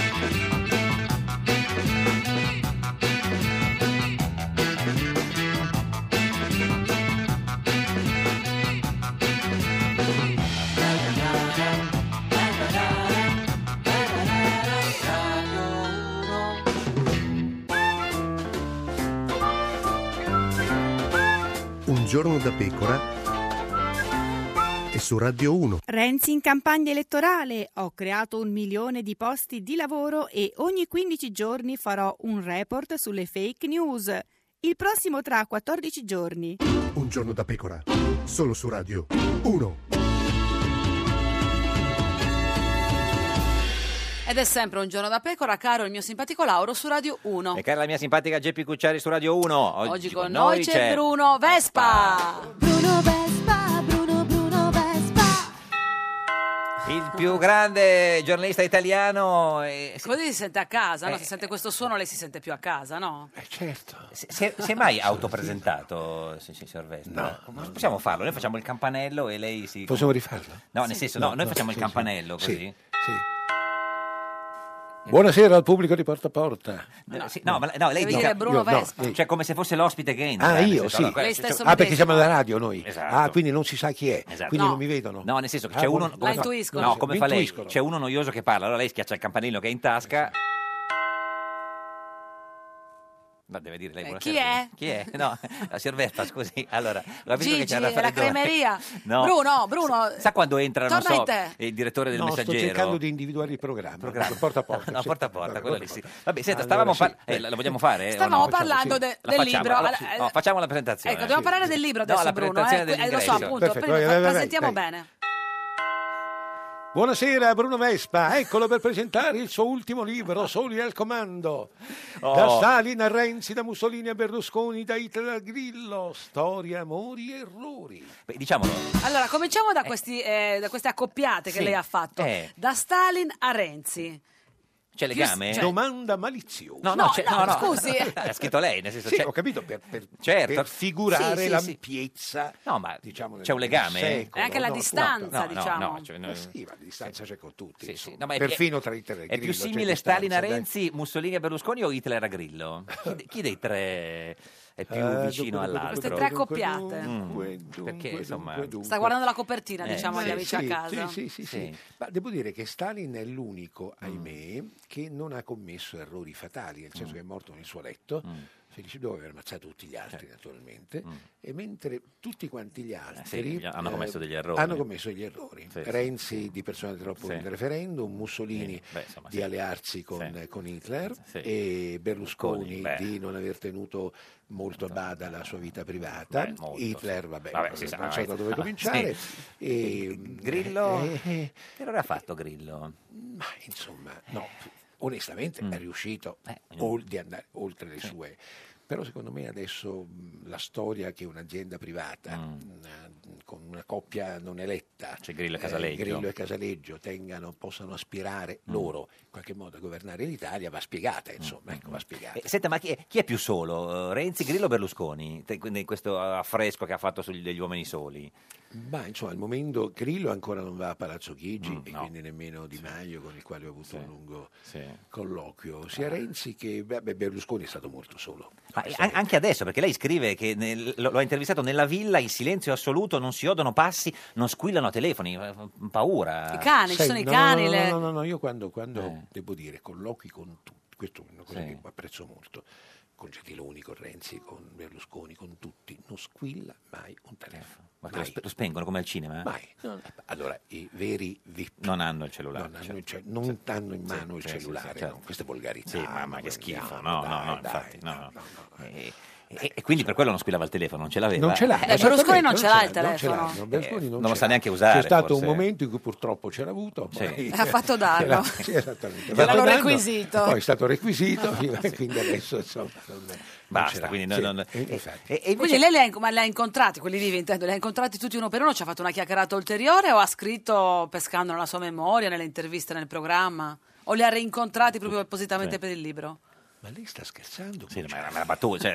Un giorno da pecora e su Radio 1. Renzi in campagna elettorale. Ho creato 1 milione di posti di lavoro e ogni 15 giorni farò un report sulle fake news. Il prossimo tra 14 giorni. Un giorno da pecora, solo su Radio 1. Ed è sempre un giorno da pecora, caro il mio simpatico Lauro su Radio 1. E cara la mia simpatica Geppi Cucciari su Radio 1. Oggi con noi c'è Bruno Vespa. Bruno Vespa, Bruno Vespa. Il più grande giornalista italiano. Così si sente a casa, no? Se sente questo suono lei si sente più a casa, no? Certo. Si è mai autopresentato, signor Vespa? No. Possiamo farlo? Noi facciamo il campanello e lei si... Possiamo rifarlo? No, nel senso, noi facciamo il campanello, così. Sì. Buonasera al pubblico di Porta a Porta. Lei Deve dire Bruno Vespa. Cioè come se fosse l'ospite che entra. Io sì. Lei stesso mi perché siamo alla radio noi. Esatto. Quindi non si sa chi è, Esatto. quindi No. non mi vedono. No, nel senso che c'è uno... La intuiscono. No, come fa lei? Intuiscono. C'è uno noioso che parla, allora lei schiaccia il campanello che è in tasca... No, deve dire lei Chi buonasera. è? Chi è? No, la signor Vespa, scusi. Allora, ho capito che Gigi, c'è da fare la cremeria. No. Bruno. Sa quando entra, non torna so, in te. il direttore del No, Messaggero? sto cercando di individuare il programma. Porta a porta. No, sì. porta a porta, quello lì sì. Vabbè, senta, Allora, stavamo sì. lo vogliamo fare? Stavamo o no? parlando del facciamo. libro. Allora, Allora, no, facciamo la presentazione. Ecco, dobbiamo parlare del libro No, adesso, la Bruno. presentazione Lo so, dell'ingresso. appunto. Perfetto, Prima vai, presentiamo dai. bene. Buonasera Bruno Vespa, eccolo per presentare il suo ultimo libro, Soli al comando. Oh. Da Stalin a Renzi, da Mussolini a Berlusconi, da Hitler a Grillo, storie, amori e errori. Beh, diciamolo. Allora, cominciamo da queste accoppiate che Sì. lei ha fatto. Da Stalin a Renzi. C'è legame? Domanda maliziosa. No, c'è- scusi. Ha scritto lei, nel senso Sì, c'è... ho capito, per Certo. figurare Sì, sì, l'ampiezza. No, ma diciamo, c'è un legame? E anche la distanza, diciamo. cioè, Ma sì, ma la distanza c'è con tutti. Sì, insomma. no, ma Perfino tra Hitler e È Grillo. più c'è simile distanza, Stalin a dai. Renzi, Mussolini a Berlusconi o Hitler a Grillo? Chi dei tre è più vicino all'altro? Queste tre accoppiate. Perché insomma... Sta guardando la copertina, diciamo, agli Sì, amici a casa. Sì. Ma devo dire che Stalin è l'unico, ahimè, che non ha commesso errori fatali, nel senso che è morto nel suo letto, felice dopo aver ammazzato tutti gli altri, naturalmente, e mentre tutti quanti gli altri hanno commesso degli errori. hanno commesso gli errori. Sì, Renzi di personale troppo nel referendum, Mussolini di allearsi con Hitler e Berlusconi di non aver tenuto molto a bada la sua vita privata. Hitler, Vabbè, si sa, non so da dove sì. cominciare. Sì. Grillo? Che errore ha fatto Grillo? Ma insomma, no, onestamente è riuscito di andare oltre le sue. Però secondo me adesso la storia che un'azienda privata con una coppia non eletta, Cioè Grillo e Casaleggio. Grillo e Casaleggio possano aspirare loro in qualche modo a governare l'Italia, va spiegata, insomma, ecco, va spiegata. Senta, ma chi è più solo? Renzi, Grillo o Berlusconi? Quindi questo affresco che ha fatto degli uomini soli? Ma insomma al momento Grillo ancora non va a Palazzo Chigi e quindi nemmeno Di Maio, con il quale ho avuto un lungo colloquio. Sia Renzi che Berlusconi è stato molto solo. Ma anche adesso, perché lei scrive che lo ha intervistato nella villa, il silenzio assoluto, non si odono passi, non squillano a telefoni, paura. I cani, ci sono i cani. No, io quando devo dire colloqui con tutti, questo è una cosa che apprezzo molto, con Gentiloni, con Renzi, con Berlusconi, con tutti, non squilla mai un telefono. Ma lo spengono come al cinema? Mai. Allora, i veri VIP non hanno il cellulare. Non hanno in mano il cellulare, no, queste volgarità. Sì, ma che schifo. Infatti. Dai. E quindi per quello non squillava il telefono, non ce l'aveva? Non ce l'ha. Berlusconi non ce l'ha il Non ce l'ha, telefono. Berlusconi Non ce lo sa l'ha. neanche usare, C'è stato forse. un momento in cui purtroppo ce l'ha avuto, poi Ha fatto danno. Sì, esattamente. L'hanno Ha fatto danno, requisito. Poi è stato requisito, e quindi adesso insomma Basta, quindi Quindi lei li ha incontrati, quelli vivi intendo, li ha incontrati tutti uno per uno, ci ha fatto una chiacchierata ulteriore o ha scritto pescando nella sua memoria, nelle interviste, nel programma? O li ha rincontrati proprio appositamente per il libro? Ma lei sta scherzando? Sì, ma era una battuta,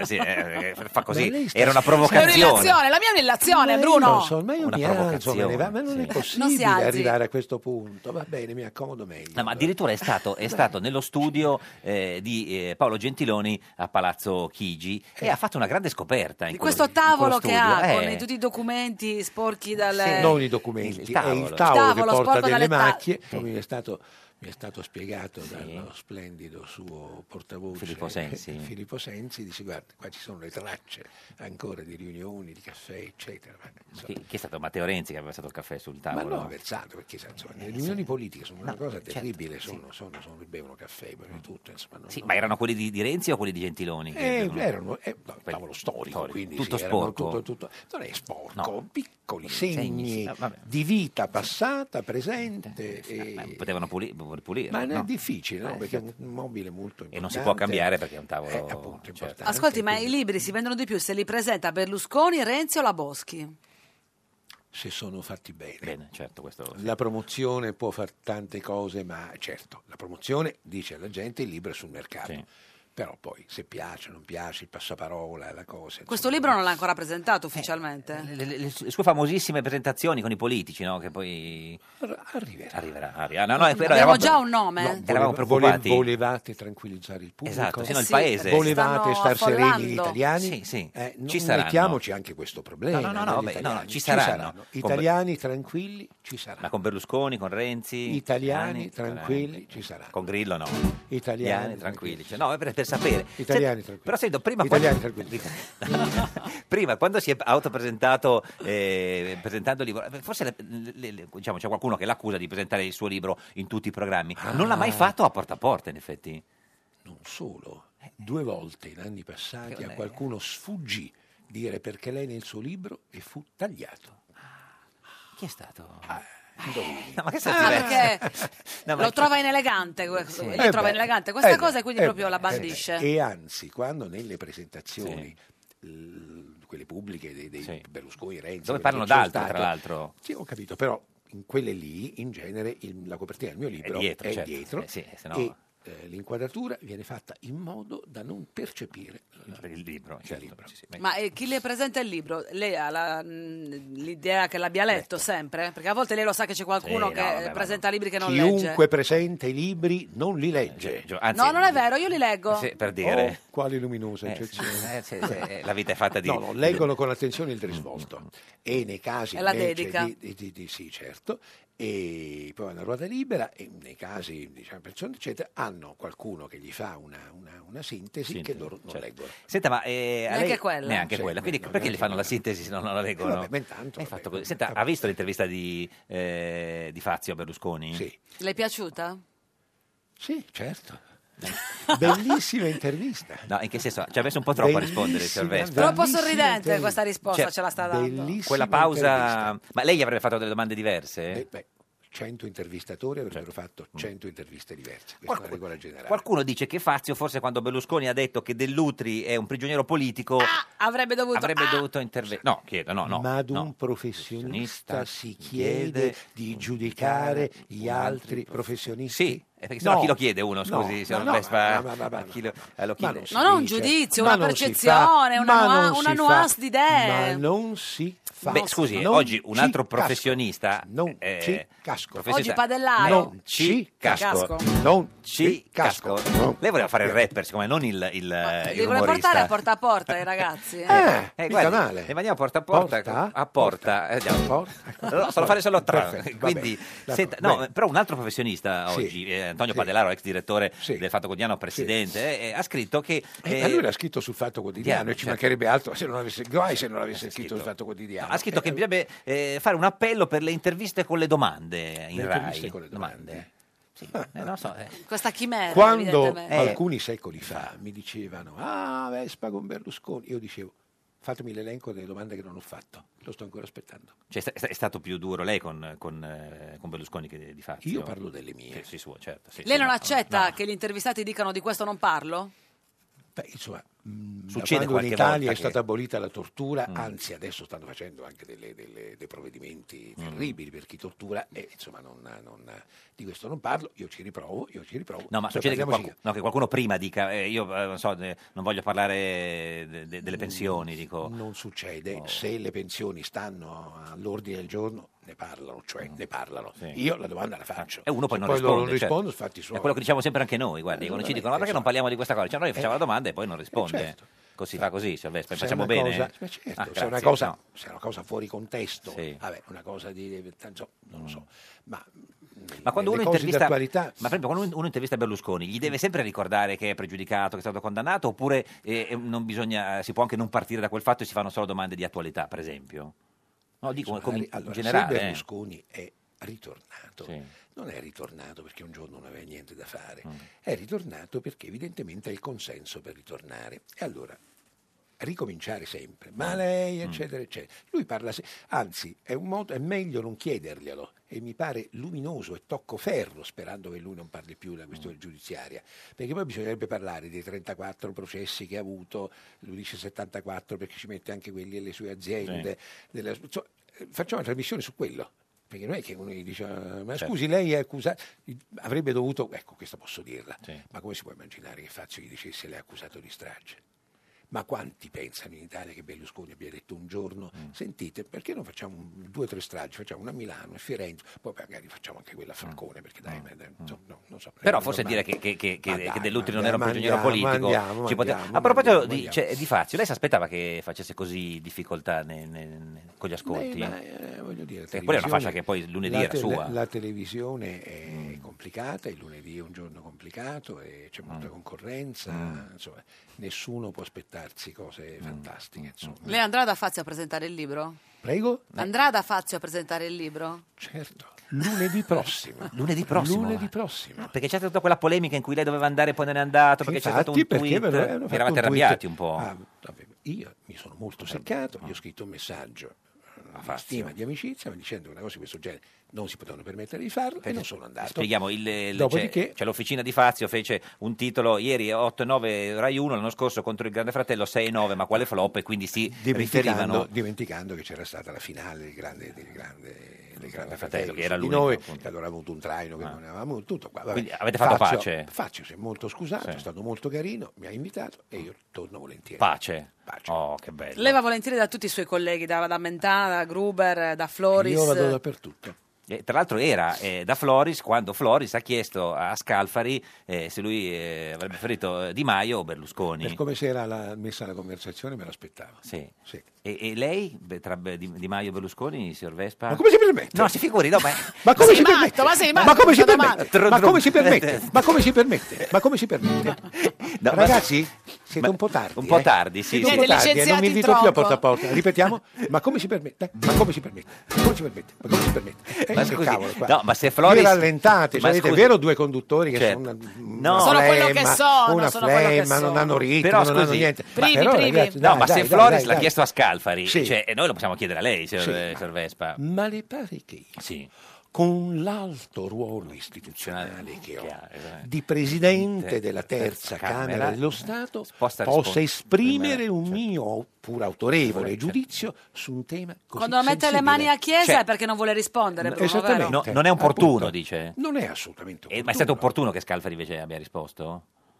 fa così, Ma lei sta era una È provocazione. un'illazione, la mia è un'illazione, Bruno. Non so, ma io Una mi alzo, provocazione, ma non è sì. Non possibile si alzi. arrivare a questo punto. Va bene, mi accomodo meglio. No, ma addirittura è stato nello studio di Paolo Gentiloni a Palazzo Chigi e ha fatto una grande scoperta. Di questo tavolo che ha, studio. con tutti i documenti sporchi dalle... Non i documenti, Il tavolo. è il tavolo che porta sporco delle dalle macchie. Mi è stato spiegato dallo splendido suo portavoce Filippo Sensi. dice guarda, qua ci sono le tracce ancora di riunioni, di caffè, eccetera. Chi è stato Matteo Renzi che aveva versato il caffè sul Ma tavolo? no, ha versato, perché insomma, le riunioni politiche sono una cosa terribile, bevono caffè, bevono tutto. Insomma, Sì, ma erano quelli di Renzi o quelli di Gentiloni? Erano tavolo storico, quindi tutto erano sporco. tutto, non è sporco, No. piccoli segni Vabbè. di vita passata, presente. Potevano ripulire. Ma no? è difficile, no? Perché è certo. un mobile molto importante. E non si può cambiare perché è un tavolo appunto importante. Ascolti, ma i libri si vendono di più se li presenta Berlusconi, Renzi o la Boschi? Se sono fatti bene. Bene, certo, questo sì. La promozione può fare tante cose, ma certo, la promozione dice alla gente il libro è sul mercato. Però poi se piace, non piace, il passaparola, la cosa. Questo libro non l'ha ancora presentato ufficialmente? Le sue famosissime presentazioni con i politici, no? Che poi arriverà. No, Abbiamo già un nome? No, eravamo preoccupati. Volevate tranquillizzare il pubblico? Esatto, sì, no, il paese. Volevate star sereni gli affollando. italiani? Sì. Non Ci saranno. mettiamoci anche questo problema. No, gli beh, italiani. ci saranno. Italiani tranquilli ci saranno. Ma con Berlusconi, con Renzi? Italiani tranquilli ci saranno. Con Grillo no. Italiani tranquilli. Cioè, no, è per sapere. Italiani tranquilli. Però sento, prima Italiani tranquilli. prima, quando si è autopresentato presentando il libro, forse diciamo, c'è qualcuno che l'accusa di presentare il suo libro in tutti i programmi. Non l'ha mai fatto a porta, in effetti. Non solo. 2 volte in anni passati a qualcuno sfuggì dire perché lei nel suo libro e fu tagliato. Chi è stato? Indovini. Ma che perché lo trova inelegante, trova inelegante questa cosa e quindi proprio la bandisce. E anzi, quando nelle presentazioni quelle pubbliche dei Berlusconi, Renzi, dove parlano d'altro, tra l'altro. Sì, ho capito, però in quelle lì, in genere, la copertina del mio libro è dietro, sennò... e l'inquadratura viene fatta in modo da non percepire il libro. Ma chi le presenta il libro? Lei ha l'idea che l'abbia letto sempre? Perché a volte lei lo sa che c'è qualcuno che presenta libri che non legge. Chiunque presenta i libri non li legge. Anzi, no, non è vero, io li leggo. Per dire. Quale luminosa eccezione. La vita è fatta di... No, leggono con attenzione il risvolto. E nei casi è la dedica. Sì, certo. E poi una ruota libera e nei casi, diciamo, persone eccetera, hanno qualcuno che gli fa una sintesi che loro non leggono. Senta, ma neanche quella. Neanche quella. Quindi perché gli fanno la sintesi se non la leggono? Vabbè, intanto, fatto così. Senta, ha visto l'intervista di Fazio a Berlusconi? Sì. Le è piaciuta? Sì, certo. Bellissima intervista. No, in che senso? Ci ha messo un po' troppo a rispondere, Silvestro. Troppo sorridente questa risposta, ce la sta dando. Quella pausa... Ma lei gli avrebbe fatto delle domande diverse? 100 intervistatori avrebbero fatto 100 interviste diverse. Questa è una regola generale. Qualcuno dice che Fazio, forse quando Berlusconi ha detto che Dell'Utri è un prigioniero politico, avrebbe dovuto intervenire. No, chiedo, no. Ma ad un professionista si chiede di giudicare gli altri professionisti? Sì. Perché sennò chi lo chiede uno, scusi, signor Vespa? Non ho un giudizio, una percezione, una nuance di idee. Ma non si fa. Beh, scusi, oggi un altro professionista... Non ci casco. Oggi padellaro. Non ci casco. Non ci casco. Lei voleva fare il rapper, siccome non il li vuole portare a porta i ragazzi. Mica male. Ne mandiamo porta a porta. No, solo fare solo tra. Quindi, senta, no, però un altro professionista oggi, Antonio Padellaro, ex direttore del Fatto Quotidiano, presidente, ha scritto che... Lui ha scritto sul Fatto Quotidiano e ci mancherebbe altro se non avesse scritto sul Fatto Quotidiano. Ha scritto che bisognerebbe fare un appello per le interviste con le domande in Rai. Con le domande. Sì, non so, Questa chimera. Quando alcuni secoli fa mi dicevano Vespa con Berlusconi, io dicevo fatemi l'elenco delle domande che non ho fatto, lo sto ancora aspettando. Cioè, è stato più duro lei con Berlusconi che di Fazio? Io parlo delle mie. Sì, suo, certo. Lei non accetta che gli intervistati dicano di questo non parlo? Beh, insomma, succede quando in Italia è che... stata abolita la tortura, anzi adesso stanno facendo anche dei provvedimenti terribili per chi tortura e insomma di questo non parlo, io ci riprovo. No, ma succede che qualcuno prima dica io non so, non voglio parlare delle pensioni, dico. Non succede, se le pensioni stanno all'ordine del giorno ne parlano. Sì. Io la domanda la faccio. E uno poi non risponde. Non risponde, fatti suoi. È quello che diciamo sempre anche noi, guardi, quando ci dicono perché non parliamo di questa cosa? Cioè, noi facciamo la domanda e poi non risponde. Certo. Così fa così, Silvestro, facciamo bene. Certo, se è una cosa fuori contesto, vabbè, una cosa non lo so, ma quando uno intervista, ma per esempio, quando uno intervista Berlusconi, gli deve sempre ricordare che è pregiudicato, che è stato condannato, oppure non bisogna, si può anche non partire da quel fatto e si fanno solo domande di attualità, per esempio? No, dico in generale. Se Berlusconi è ritornato, non è ritornato perché un giorno non aveva niente da fare, è ritornato perché evidentemente ha il consenso per ritornare. E allora ricominciare sempre, ma lei eccetera eccetera. Lui parla anzi è meglio non chiederglielo e mi pare luminoso e tocco ferro, sperando che lui non parli più della questione giudiziaria, perché poi bisognerebbe parlare dei 34 processi che ha avuto, lui dice 74 perché ci mette anche quelli delle sue aziende, insomma, facciamo una trasmissione su quello. Perché non è che uno gli dice, ma scusi, lei è accusato, avrebbe dovuto, ecco, questa posso dirla, ma come si può immaginare che Fazio gli dicesse lei è accusato di strage? Ma quanti pensano in Italia che Berlusconi abbia detto un giorno, sentite, perché non facciamo 2 o 3 stragi, facciamo una a Milano, a Firenze, poi magari facciamo anche quella a Falcone, perché dai, non so. Però forse dire che Dell'Utri non era un prigioniero politico. Andiamo, a proposito di Fazio, lei si aspettava che facesse così difficoltà con gli ascolti? Voglio dire, quella è una fascia che poi lunedì era sua. La televisione è complicata, il lunedì è un giorno complicato e c'è molta concorrenza, insomma, nessuno può aspettarsi cose fantastiche. Insomma. Lei andrà da Fazio a presentare il libro? Prego? Andrà da Fazio a presentare il libro? Certo. Lunedì prossimo. Lunedì prossimo? Lunedì prossimo. Perché c'è stata tutta quella polemica in cui lei doveva andare e poi non è andato, perché c'è stato un tweet. Eravate arrabbiati un po'. Io mi sono molto seccato, gli ho scritto un messaggio a stima di amicizia, dicendo che una cosa di questo genere non si potevano permettere di farlo e non sono andato. Spieghiamo, Dopodiché, c'è l'officina di Fazio, fece un titolo ieri 8-9 Rai 1, l'anno scorso contro il Grande Fratello 6-9, ma quale flop, e quindi si riferivano... Dimenticando che c'era stata la finale del Grande Fratello, che era di l'unico, noi, appunto. che allora avevamo avuto un traino, che non avevamo tutto qua. Quindi avete fatto pace? Fazio si è molto scusato, è stato molto carino, mi ha invitato e io torno volentieri. Pace. Oh, che bello. Lei va volentieri da tutti i suoi colleghi, da Mentana, da Gruber, da Floris. Io vado dappertutto. Tra l'altro era da Floris quando Floris ha chiesto a Scalfari se lui avrebbe preferito Di Maio o Berlusconi. Per come si era messa la conversazione me l'aspettavo. Sì. E lei, tra Di Maio e Berlusconi, signor Vespa? Ma come si permette? No, si figuri, no, ma come si permette? Ma come si permette? Ma come si permette? Ma come si permette? Ma come si permette? No, ragazzi, siete un po' tardi. Un po' tardi, sì. Siete un po' tardi, non vi invito più a porta a porta. Ripetiamo, ma come si permette? Ma come si permette? Ma come si permette? Ma come si permette? Ma che scusi, cavolo, qua. no, ma se Floris... Vi rallentate, Ma avete scusi, vero 2 conduttori che certo. Sono quello che sono, una sono quello che flemma, non sono. hanno ritmo, Però, non hanno scusi, niente. privi. Ragazzi, No, ma se Floris l'ha dai. chiesto a Scalfari, Sì. cioè, noi lo possiamo chiedere a lei, signor Vespa. Ma le pare che io, con l'alto ruolo istituzionale che ho, di Presidente della Terza Camera dello Stato, possa esprimere un mio, pur autorevole, giudizio su un tema così Quando mette le mani a chiesa è perché non vuole rispondere, Bruno, esattamente. vero? No, non è opportuno, Appunto. dice. Non è assolutamente opportuno. Ma è stato opportuno che Scalfari invece abbia risposto?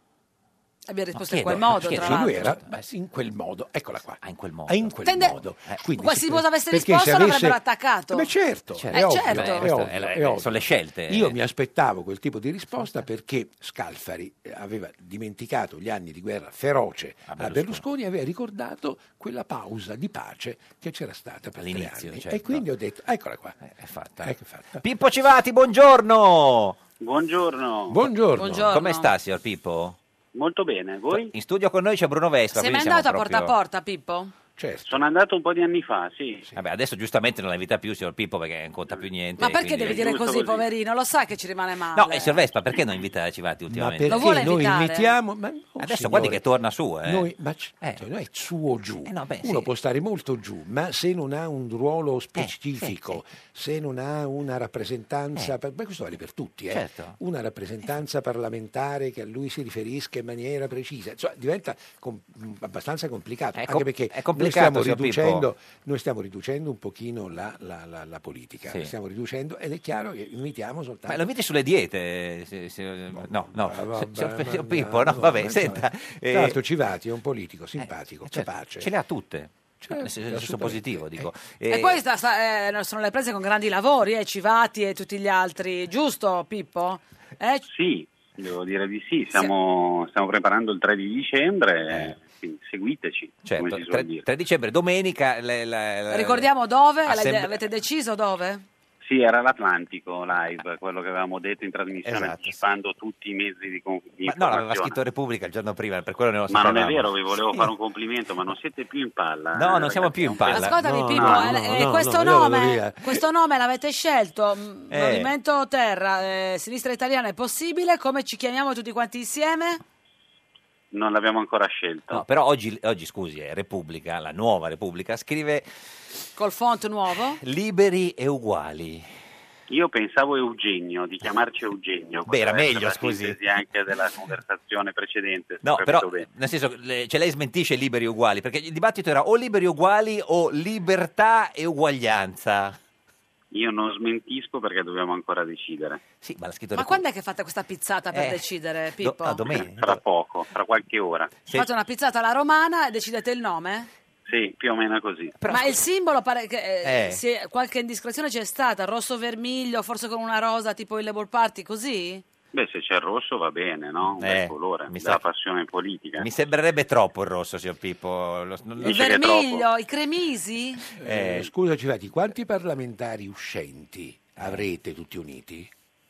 Abbia risposto No, in quel chiedo, modo, chiedo. tra Sì, lui l'altro. era in quel modo, eccola qua. In quel modo. In quel Tende- modo. Quindi Qualsiasi avesse perché risposto se avesse- l'avrebbero attaccato. Beh, certo, Certo. è ovvio, certo. è Questo ovvio, è- è ovvio. sono le scelte. Io mi aspettavo quel tipo di risposta perché Scalfari aveva dimenticato gli anni di guerra feroce a Berlusconi e aveva ricordato quella pausa di pace che c'era stata per 3 All'inizio, anni. certo. E quindi ho detto, eccola qua. È fatta. Ecco fatta. Pippo Civati, buongiorno. Buongiorno. Buongiorno. Come sta, signor Pippo? Molto bene, voi? In studio con noi c'è Bruno Vespa. Sei mai quindi andato a siamo porta a proprio- porta, Pippo? Certo. Sono andato un po' di anni fa, sì. Vabbè, adesso giustamente non la invita più, signor Pippo, perché non conta più niente. Ma perché quindi- devi dire così, poverino? Lo sa che ci rimane male. No, signor Vespa, perché non invita Civati Ma ultimamente? Lo vuole perché noi invitare? invitiamo... Ma no, Adesso signore. guardi che torna su, Noi, ma no, è su o giù. no, beh, Uno sì. può stare molto giù, ma se non ha un ruolo specifico, se non ha una rappresentanza, beh, questo vale per tutti, Certo. una rappresentanza parlamentare che a lui si riferisca in maniera precisa, insomma, diventa abbastanza complicato, È anche perché è complicato, signor noi stiamo riducendo un pochino la politica, Sì. la stiamo riducendo ed è chiaro che invitiamo soltanto... Ma lo inviti sulle diete? No, vabbè, signor Pippo, no, vabbè, senta. Tra l'altro Civati è un politico simpatico, certo, capace. ce le ha tutte. Certo, Nel senso assolutamente. positivo, dico. E poi sono le prese con grandi lavori, Civati e tutti gli altri, giusto Pippo? Sì, devo dire di sì. Stiamo preparando il 3 di dicembre, quindi seguiteci, Certo, come si suol dire. 3 dicembre, domenica. Ricordiamo dove? Assemble- Avete deciso dove? Sì, era l'Atlantico Live, quello che avevamo detto in trasmissione, Esatto. anticipando tutti i mezzi di Ma no, informazione. l'aveva scritto Repubblica il giorno prima, per quello ne lo Ma non è sapevamo. vero, vi volevo fare un complimento, ma non siete più in palla. No, non siamo più in palla. Ascoltami No, Pippo, no, questo, no, io vado nome, via. questo nome l'avete scelto, Movimento Terra, Sinistra Italiana, è possibile? Come ci chiamiamo tutti quanti insieme? Non l'abbiamo ancora scelto. No, però oggi, scusi, Repubblica, la nuova Repubblica, scrive Col font nuovo? liberi e uguali. Io pensavo Eugenio, di chiamarci Eugenio. Beh, era Poteva essere meglio, la scusi. sintesi anche della conversazione precedente. se No, ho capito però, bene. nel senso, cioè lei smentisce liberi e uguali, perché il dibattito era o liberi e uguali o libertà e uguaglianza. Io non smentisco perché dobbiamo ancora decidere. Sì, ma l'ha scritto Ma quando è che fate questa pizzata per decidere, Pippo? domenica. Fra poco, fra qualche ora. Fate una pizzata alla romana e decidete il nome? Sì, più o meno così. Ma il simbolo pare che Eh. qualche indiscrezione c'è stata, rosso vermiglio, forse con una rosa tipo il Labour Party, così? Beh, se c'è il rosso va bene, no? Un bel colore, mi della sa- passione politica. Mi sembrerebbe troppo il rosso, signor Pippo. Il vermiglio, i cremisi? Scusa Civati, quanti parlamentari uscenti avrete tutti uniti?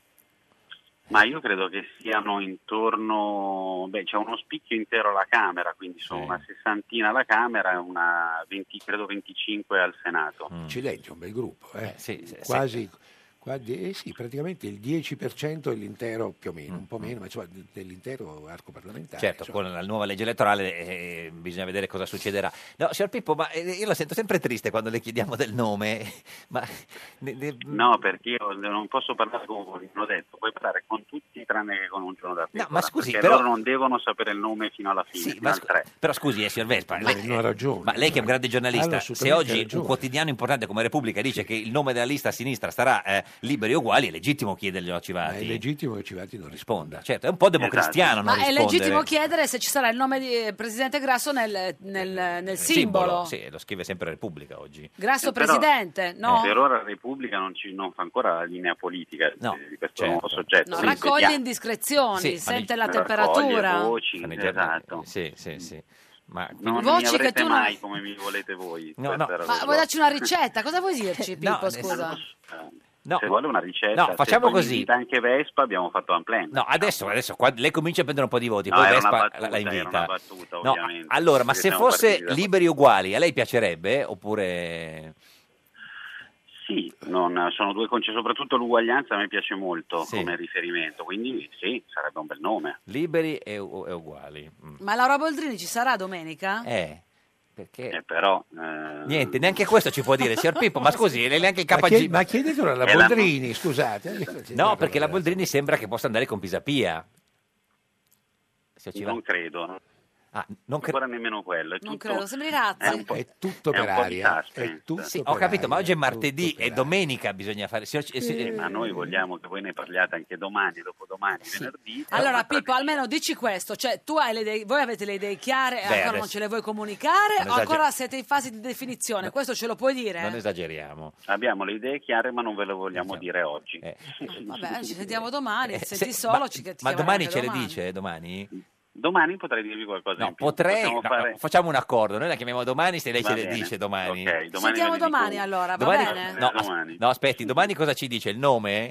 Ma io credo che siano intorno, c'è uno spicchio intero alla Camera, quindi sono una sessantina alla Camera e una 20, credo 25 al Senato. Accidenti, è un bel gruppo, sì, quasi sì, praticamente il 10% dell'intero, più o meno, un po' meno, ma insomma, dell'intero arco parlamentare. Certo, insomma. con la nuova legge elettorale bisogna vedere cosa succederà. No, signor Pippo, ma io la sento sempre triste quando le chiediamo del nome. Ma No, perché io non posso parlare con voi, l'ho detto, puoi parlare con tutti tranne che con un giorno da pecora, ma scusi, perché però- loro non devono sapere il nome fino alla fine, fino al 3. Però scusi, signor Vespa, non ha ragione. ma lei che è un grande giornalista, Hanno se assolutamente oggi ragione. un quotidiano importante come Repubblica dice che il nome della lista a sinistra sarà liberi e uguali, è legittimo chiederglielo a Civati. Ma è legittimo che Civati non risponda. Certo, è un po' democristiano non Ma è rispondere. legittimo chiedere se ci sarà il nome di Presidente Grasso nel simbolo. Sì, lo scrive sempre Repubblica oggi. Grasso Però- Presidente, no? Per ora la Repubblica non fa ancora la linea politica di questo nuovo soggetto. No, quindi raccoglie vediamo. indiscrezioni, Sì, sente la Raccoglie temperatura. voci, Fanno i giornali. esatto. Sì. Ma Non Voci mi che avrete tu non- mai come mi volete voi. No, Questa no. era Ma la vuoi darci una ricetta? Cosa vuoi dirci, Pippo, No, scusa? No. Se vuole una ricetta, No, facciamo se poi mi così. invita anche Vespa, abbiamo fatto un plan. No, adesso lei comincia a prendere un po' di voti, No, poi era una Vespa battuta, la era invita. una battuta, No, ovviamente. allora, ma Perché se siamo fosse partiti da- liberi e uguali, a lei piacerebbe? Oppure... Sì, sono due concetti, soprattutto l'uguaglianza a me piace molto Sì. come riferimento, quindi sì, sarebbe un bel nome. Liberi e uguali. Ma Laura Boldrini ci sarà domenica? Perché... Però... Niente, neanche questo ci può dire, signor Pippo, ma scusi, lei neanche il KG... Ma chiedetelo alla È la- Boldrini, scusate. No, perché la Boldrini sembra che possa andare con Pisapia. Non credo. Non ancora nemmeno quello. È Non tutto, credo, sembri razzi. È tutto è un per po' di aria. suspense. È tutto Sì, ho per capito, ma aria, oggi è martedì tutto e domenica bisogna fare... Ma noi vogliamo che voi ne parliate anche domani, dopodomani, venerdì. Allora, Pippo, almeno dici questo, cioè tu hai voi avete le idee chiare e ancora non adesso- ce le vuoi comunicare Non o ancora esager- siete in fase di definizione? Questo ce lo puoi dire? Non esageriamo. Abbiamo le idee chiare, ma non ve le vogliamo dire oggi. Vabbè, ci sentiamo domani, Se- senti solo, ma, ti ma chiamerò domani anche ce le domani. dice? Domani? Domani potrei dirvi qualcosa No, in più. potrei... Possiamo no, fare- no, facciamo un accordo, noi la chiamiamo domani se lei Va ce le bene. dice domani. Ok, domani Sentiamo ve ne dico domani uno. allora, va Domani- bene? No, domani. no, aspetti, domani cosa ci dice? Il nome?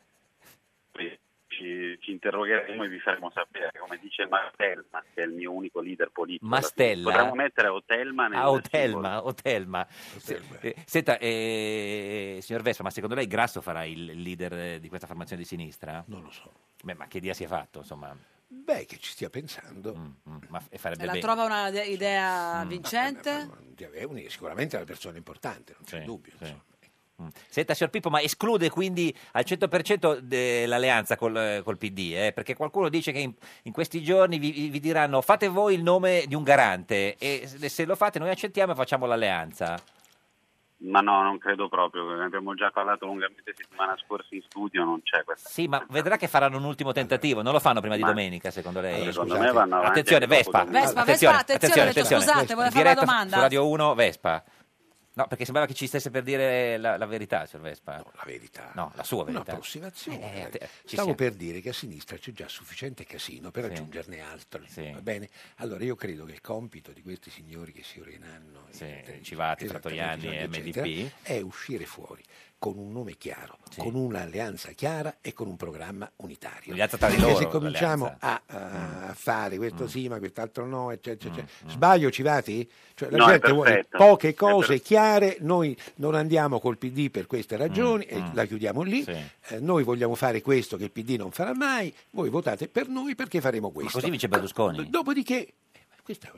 Ci interrogheremo e vi faremo sapere, come dice Martelma, che è il mio unico leader politico. Mastella? Potremmo mettere Otelma nel Otelma. Senta, signor Vespa, ma secondo lei Grasso farà il leader di questa formazione di sinistra? Non lo so. Beh, ma che dia si è fatto, insomma? Beh, che ci stia pensando. Ma farebbe E la bene. trova una idea vincente? È sicuramente una persona importante, non c'è dubbio. insomma. Senta, signor Pippo, ma esclude quindi al 100% l'alleanza col PD? Perché qualcuno dice che in questi giorni vi diranno fate voi il nome di un garante e se lo fate noi accettiamo e facciamo l'alleanza. Ma no, non credo proprio, ne abbiamo già parlato lungamente settimana scorsa in studio, non c'è questa. Sì, ma vedrà che faranno un ultimo tentativo, non lo fanno prima di Ma- domenica, secondo lei? Secondo me vanno avanti Attenzione, anche dopo Vespa. domenica. Vespa, attenzione, ho detto, scusate, volevo fare una Diretta domanda. su Radio 1, Vespa. No, perché sembrava che ci stesse per dire la verità, signor Vespa. No, la verità. No, la sua Una verità. approssimazione. Ci Stavo siamo. per dire che a sinistra c'è già sufficiente casino per aggiungerne altri. Va bene? Allora io credo che il compito di questi signori che si orineranno Civati, Frattoriani e MDP è uscire fuori con un nome chiaro, con un'alleanza chiara e con un programma unitario. Un'alleanza tra di Perché loro, se cominciamo a fare questo sì, ma quest'altro no, eccetera. Sbaglio, Civati? Cioè, la No, è gente vuole perfetto. poche È cose chiare, noi non andiamo col PD per queste ragioni e la chiudiamo lì. Noi vogliamo fare questo che il PD non farà mai, voi votate per noi perché faremo questo. Così vince Berlusconi. Dopodiché questa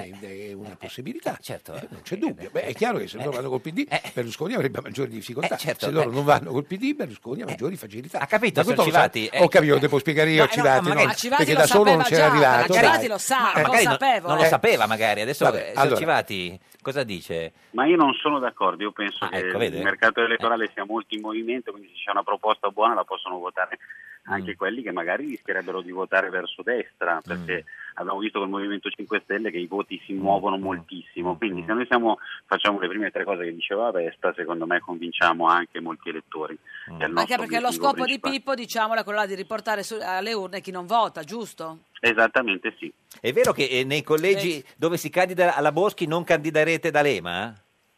è una possibilità. Certo. Non c'è dubbio. Beh, è chiaro che se loro vanno col PD, Berlusconi avrebbe maggiori difficoltà. Certo. Se loro non vanno col PD, Berlusconi ha maggiori facilità. Ha capito, Ma questo signor Civati? Ho capito, devo spiegare io a Civati, no, Civati perché lo da solo non sapeva c'era già, arrivato. Civati lo sa, non lo Magari sapevo. non lo sapeva magari, adesso Vabbè, signor allora. Civati cosa dice? Ma io non sono d'accordo, io penso che ecco, vede? il mercato elettorale sia molto in movimento, quindi se c'è una proposta buona la possono votare anche quelli che magari rischierebbero di votare verso destra, perché abbiamo visto col Movimento 5 Stelle che i voti si muovono moltissimo, quindi se noi facciamo le prime 3 cose che diceva Vespa, secondo me convinciamo anche molti elettori. Che è il Anche nostro perché lo obiettivo scopo di principale. Pippo, diciamo, è quello là di riportare alle urne chi non vota, giusto? Esattamente sì. È vero che nei collegi dove si candida alla Boschi non candiderete D'Alema?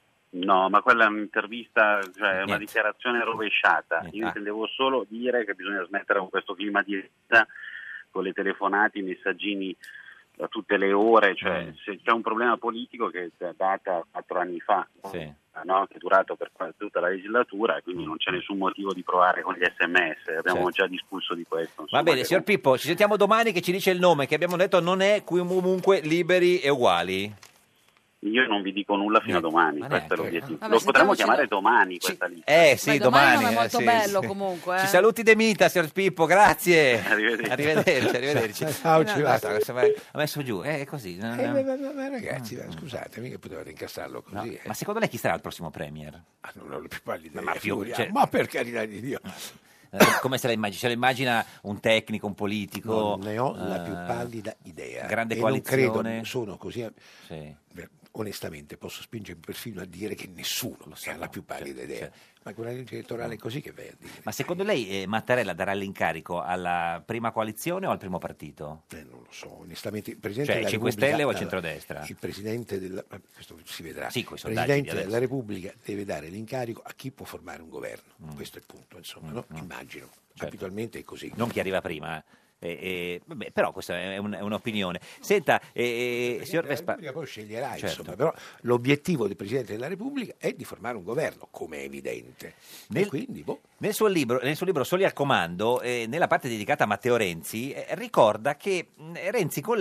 No, ma quella è un'intervista, cioè una Niente. dichiarazione rovesciata. Io intendevo solo dire che bisogna smettere con questo clima di diretta, con le telefonate, i messaggini da tutte le ore, cioè se c'è un problema politico che data 4 anni fa, no? Che è durato per tutta la legislatura, e quindi non c'è nessun motivo di provare con gli SMS, abbiamo già discusso di questo. Va insomma, bene, che signor Pippo, ci sentiamo domani che ci dice il nome, che abbiamo detto non è comunque liberi e uguali. Io non vi dico nulla fino a domani, questo è l'obiettivo. Vabbè, Lo potremmo sentiamoci chiamare domani questa lista. Sì, Beh, domani. è molto sì, bello sì. comunque. Ci saluti De Mita, signor Pippo, grazie. Arrivederci. Arrivederci. Ciao, Civati. Ha messo giù, è così. Ma ragazzi, scusate, mica potevate incastrarlo così. Ma secondo lei chi sarà il prossimo premier? Non ho le più pallide Ma idee, più, figuriamo. cioè- Ma per carità di Dio. Come se la immagina? Se la immagina un tecnico, un politico? Non ne ho la più pallida idea. Grande e coalizione? non credo, sono così. Sì. Beh, onestamente posso spingermi perfino a dire che nessuno ha la più pallida idea. Ma con una legge elettorale così che vai a dire? Ma secondo lei Mattarella darà l'incarico alla prima coalizione o al primo partito? Non lo so, onestamente. Il Presidente Cioè, della 5 Repubblica, Stelle o il allora, centrodestra? Il Presidente della... ma questo si vedrà. Sì, coi il sondaggi Presidente di adesso. della Repubblica deve dare l'incarico a chi può formare un governo. Questo è il punto, insomma, no? Immagino. Abitualmente è così. Non chi arriva prima. Vabbè, però questa è un'opinione. Senta, signor La Vespa... Repubblica poi sceglierà, Certo. insomma, però l'obiettivo del Presidente della Repubblica è di formare un governo, come è evidente. E quindi, Nel suo libro Soli al comando, nella parte dedicata a Matteo Renzi, ricorda che Renzi con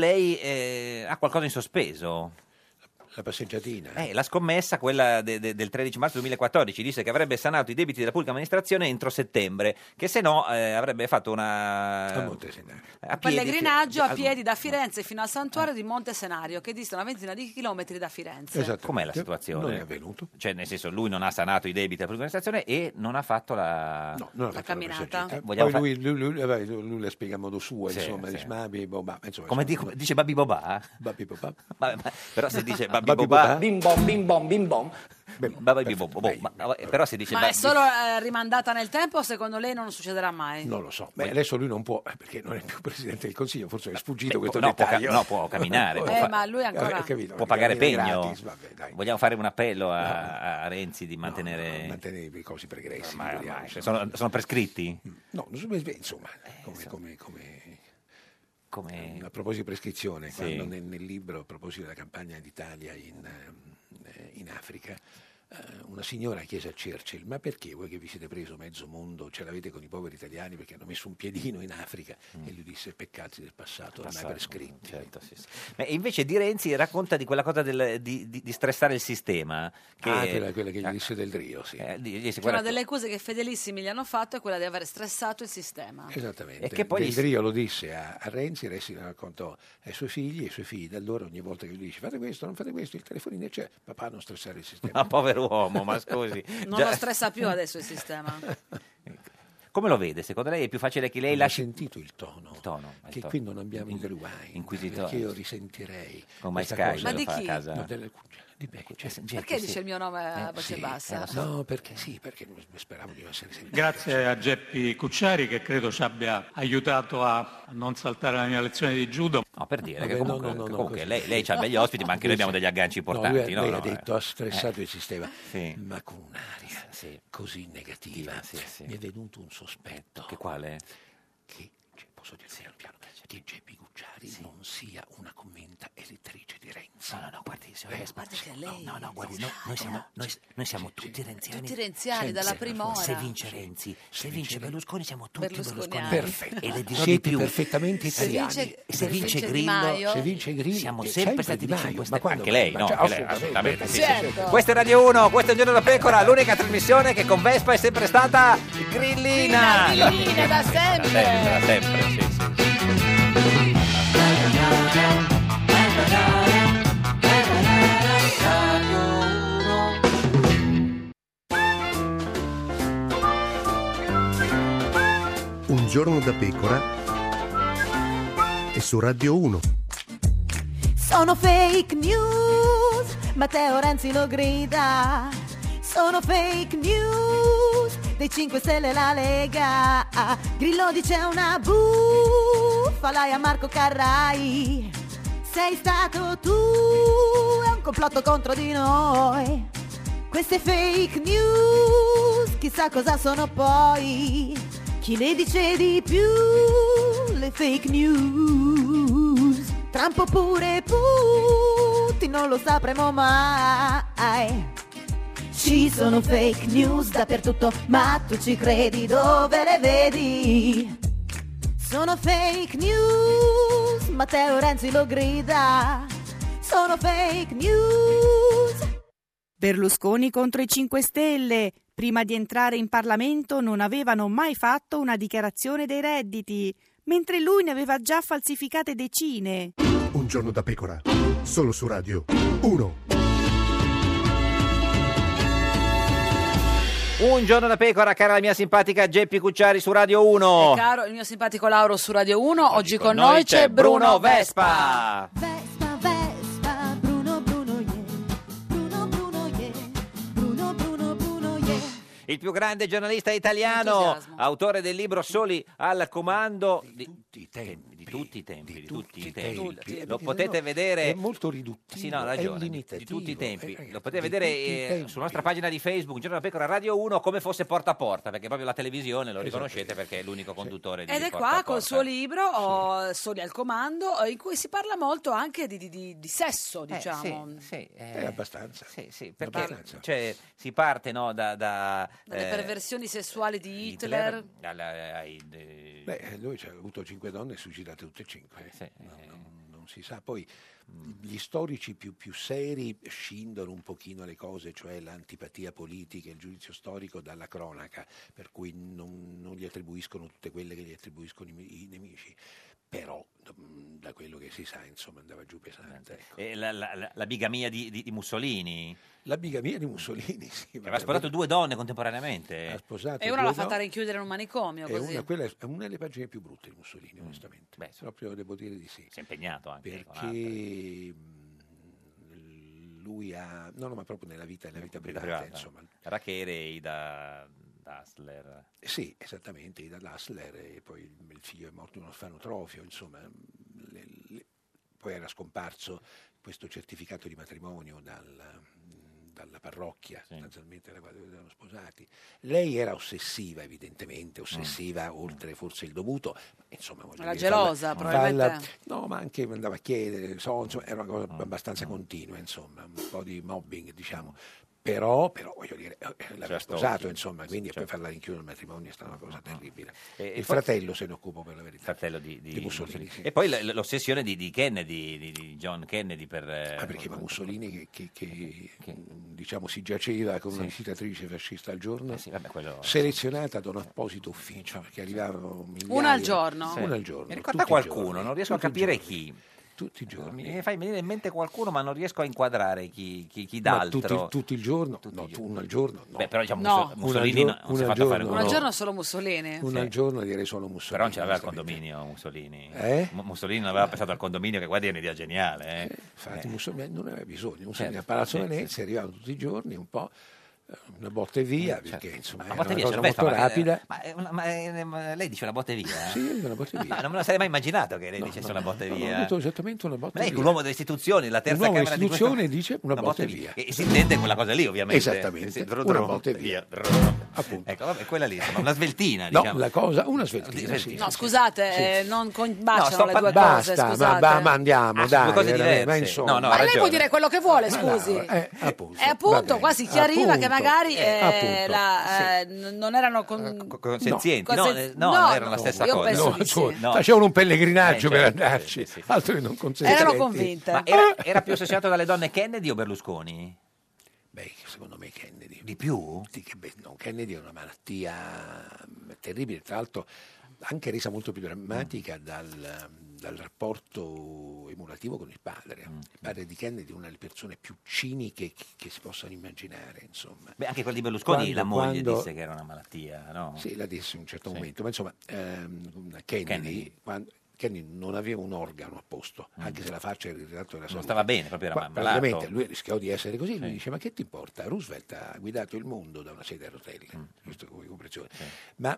lei ha qualcosa in sospeso. La passeggiatina. La scommessa, quella del 13 marzo 2014, disse che avrebbe sanato i debiti della pubblica amministrazione entro settembre, che se no avrebbe fatto una... a piedi, Pellegrinaggio a piedi da Firenze fino al santuario di Monte Senario, che dista una ventina di chilometri da Firenze. Com'è la situazione? Non è avvenuto. Cioè, nel senso, lui non ha sanato i debiti della pubblica amministrazione e non ha fatto la... non ha La fatto camminata. Vogliamo Poi lui la spiega a modo suo, Sì, insomma, sì. dice, insomma, Come dice Babbi Bobà? Babbi Bobà. Però se dice Babbi Babbi Bobà... Bobà. Bim bom, bim bom, bim bom. Babbi Bobà. Però se dice Ma è Babbi- solo rimandata nel tempo o secondo lei non succederà mai? Non lo so. Beh, adesso lui non può, perché non è più Presidente del Consiglio, forse è sfuggito questo no, dettaglio. può camminare. può fa- ma lui ancora... capito, può pagare cammina pegno. gratis, vabbè, dai. Vogliamo fare un appello a Renzi di mantenere... Mantenere i cosi pregressi. Ma figuriamo. sono prescritti? No, insomma, come a proposito di prescrizione, Sì. quando nel libro, a proposito della campagna d'Italia in Africa, una signora chiese a Churchill: ma perché voi che vi siete preso mezzo mondo ce l'avete con i poveri italiani perché hanno messo un piedino in Africa? E lui disse: peccati del passato ormai prescritti. Certo, sì. Ma invece di Renzi racconta di quella cosa di stressare il sistema. Che, Quella che gli disse Del Rio, sì. Una delle accuse che fedelissimi gli hanno fatto è quella di aver stressato il sistema. Esattamente. E che poi Del Rio lo disse a Renzi, Renzi lo raccontò ai suoi figli, e i suoi figli da allora ogni volta che lui dice fate questo, non fate questo, il telefonino c'è, papà non stressare il sistema. Ma povero uomo, ma scusi. Non lo stressa più adesso il sistema. Come lo vede? Secondo lei è più facile che lei Non lasci... ho sentito il tono, il che tono. qui non abbiamo il rewind, Inquisitore. perché io risentirei Con My questa Sky cosa. lo fa a casa? No, di Becco, cioè, Perché dice il mio nome a voce bassa? No, perché speravo di essere sentito. Grazie a Geppi Cucciari che credo ci abbia aiutato a non saltare la mia lezione di judo. No, per dire Vabbè, che comunque, no, comunque così. lei ha degli ospiti, ma anche noi abbiamo degli agganci importanti. Lui, no? lei No, ha detto ha stressato il sistema, Sì. ma con un'aria così negativa. Mi è venuto un sospetto. Che quale? Che, posso dire piano piano, che Geppi Cucciari non sia una convinta elettrice di Renzi. No, guardi, signora Vespa. Guarda che lei... No, guardi, noi siamo tutti renziani. Tutti renziani, dalla prima ora. Se vince Renzi, se vince Berlusconi, siamo tutti Berlusconiani. Perfetto. E le dirò Siete di più. perfettamente italiani. Se vince Di Grillo, Maio. Se vince Grillo, siamo sempre stati di 5 Stelle. Anche mai? lei, no? Cioè, Anche lei, assolutamente. assolutamente. Sì, Certo. sì. Questa è Radio 1, questo è Un Giorno da Pecora, l'unica trasmissione che con Vespa è sempre stata grillina. Grillina da sempre. Da sempre, sì. Un giorno da pecora e su Radio 1. Sono fake news, Matteo Renzi lo grida. Sono fake news, dei 5 Stelle la Lega. Grillo dice una bufala a Marco Carrai. Sei stato tu, è un complotto contro di noi. Queste fake news, chissà cosa sono poi. Chi le dice di più, le fake news? Trump oppure Putin, non lo sapremo mai. Ci sono fake news dappertutto, ma tu ci credi dove le vedi? Sono fake news, Matteo Renzi lo grida. Sono fake news. Berlusconi contro i 5 Stelle. Prima di entrare in Parlamento non avevano mai fatto una dichiarazione dei redditi, mentre lui ne aveva già falsificate decine. Un giorno da pecora, solo su Radio 1. Un Giorno da Pecora, cara la mia simpatica Geppi Cucciari su Radio 1. E caro il mio simpatico Lauro su Radio 1. Oggi con noi c'è Bruno Vespa. Vespa, Vespa, Bruno, Bruno, yeah. Bruno, Bruno, yeah. Bruno, Bruno, Bruno, yeah. Il più grande giornalista italiano, autore del libro Soli al comando di tutti i tempi. Lo potete vedere. È molto riduttivo. Sì, no, ha ragione. È limitativo. Di tutti i tempi. Lo potete vedere sulla nostra pagina di Facebook, Un Giorno da Pecora Radio 1, come fosse porta a porta, perché proprio la televisione lo riconoscete perché è l'unico conduttore di Ed è porta a qua porta. col suo libro Soli al comando, in cui si parla molto anche di sesso, diciamo. È abbastanza. Sì, perché cioè, si parte dalle perversioni sessuali di Hitler. Beh, lui ha avuto 5 donne suicidate tutte e 5. Non si sa. Poi gli storici più seri scindono un pochino le cose, cioè l'antipatia politica, il giudizio storico dalla cronaca, per cui non gli attribuiscono tutte quelle che gli attribuiscono i nemici. Però da quello che si sa, insomma, andava giù pesante. E la bigamia di Mussolini? La bigamia di Mussolini, sì. Aveva sposato 2 donne contemporaneamente. Ha sposato E una l'ha fatta rinchiudere in un manicomio, così. Quella è una delle pagine più brutte di Mussolini, onestamente. Proprio devo dire di sì. Si è impegnato anche. Perché lui ha... No, ma proprio nella vita privata, insomma. Rachere e Ida Dassler. Sì, esattamente, Ida Dassler, e poi il figlio è morto in uno orfanotrofio, insomma. Poi era scomparso questo certificato di matrimonio dalla parrocchia, sostanzialmente da quando erano sposati. Lei era ossessiva, evidentemente, oltre forse il dovuto, insomma, era gelosa, probabilmente. No, ma anche andava a chiedere, insomma, era una cosa abbastanza continua, insomma, un po' di mobbing, diciamo. Però voglio dire, l'aveva sposato, insomma, quindi poi farla rinchiudere il matrimonio è stata una cosa terribile. Il fratello se ne occupò, per la verità. Il fratello di Mussolini. Sì. E poi l'ossessione di Kennedy, di John Kennedy per... perché Mussolini che diciamo si giaceva con una visitatrice fascista al giorno, selezionata da un apposito ufficio, perché arrivavano migliaia. Una al giorno? Una al giorno. Mi ricorda qualcuno, non riesco a capire chi. Tutti i giorni. Mi fai venire in mente qualcuno, ma non riesco a inquadrare chi d'altro. Tutti il giorno? Uno al giorno? No. Beh, però diciamo Mussolini non si è fatto fare un giorno solo Mussolini. Uno al giorno direi solo Mussolini. Però non ce l'aveva il condominio Mussolini. Mussolini non aveva pensato al condominio, che guarda è un'idea geniale. Infatti Mussolini non aveva bisogno. Mussolini a Palazzo Venezia arrivava tutti i giorni, un po'... una botta e via, perché insomma era una cosa molto rapida. Ma lei dice una botta e via? Sì, una botta e via. Non me lo sarei mai immaginato che lei dicesse una botta e via. Ho detto esattamente una botta e lei via. è l'uomo delle istituzioni, la terza Camera di istituzione dice una botta e via. E si intende quella cosa lì, ovviamente. Esattamente, una botta e via. appunto. Ecco, vabbè, quella lì, insomma, una sveltina, No, diciamo. la cosa, una sveltina, sì. No, scusate, non combaciano sto le due cose, Basta, scusate. ma andiamo, Ah, dai. due cose veramente, diverse. ma insomma. No, no, Ma ha lei può ragione. dire quello che vuole, Ma scusi. no, appunto, E va appunto, bene. qua si chiariva che Appunto, magari appunto. non erano Consenzienti, no, consen- no, non erano la stessa io cosa. penso No, di cioè, sì. No. facevano un pellegrinaggio per certo, andarci, sì. altro che non consententi. Erano convinte. Ma era più ossessionato dalle donne Kennedy o Berlusconi? Beh, secondo me Kennedy. Di più? No, Kennedy è una malattia terribile, tra l'altro anche resa molto più drammatica dal rapporto emulativo con il padre. Il padre di Kennedy è una delle persone più ciniche che si possano immaginare, insomma. Beh, anche quello di Berlusconi, la moglie quando- disse che era una malattia, no? Sì, la disse in un certo momento, ma insomma Kennedy non aveva un organo a posto, anche se la faccia era il ritratto della salute. stava bene, proprio era malato. Praticamente lui rischiò di essere così, lui dice: ma che ti importa? Roosevelt ha guidato il mondo da una sedia a rotelle, questo come comprensione. Ma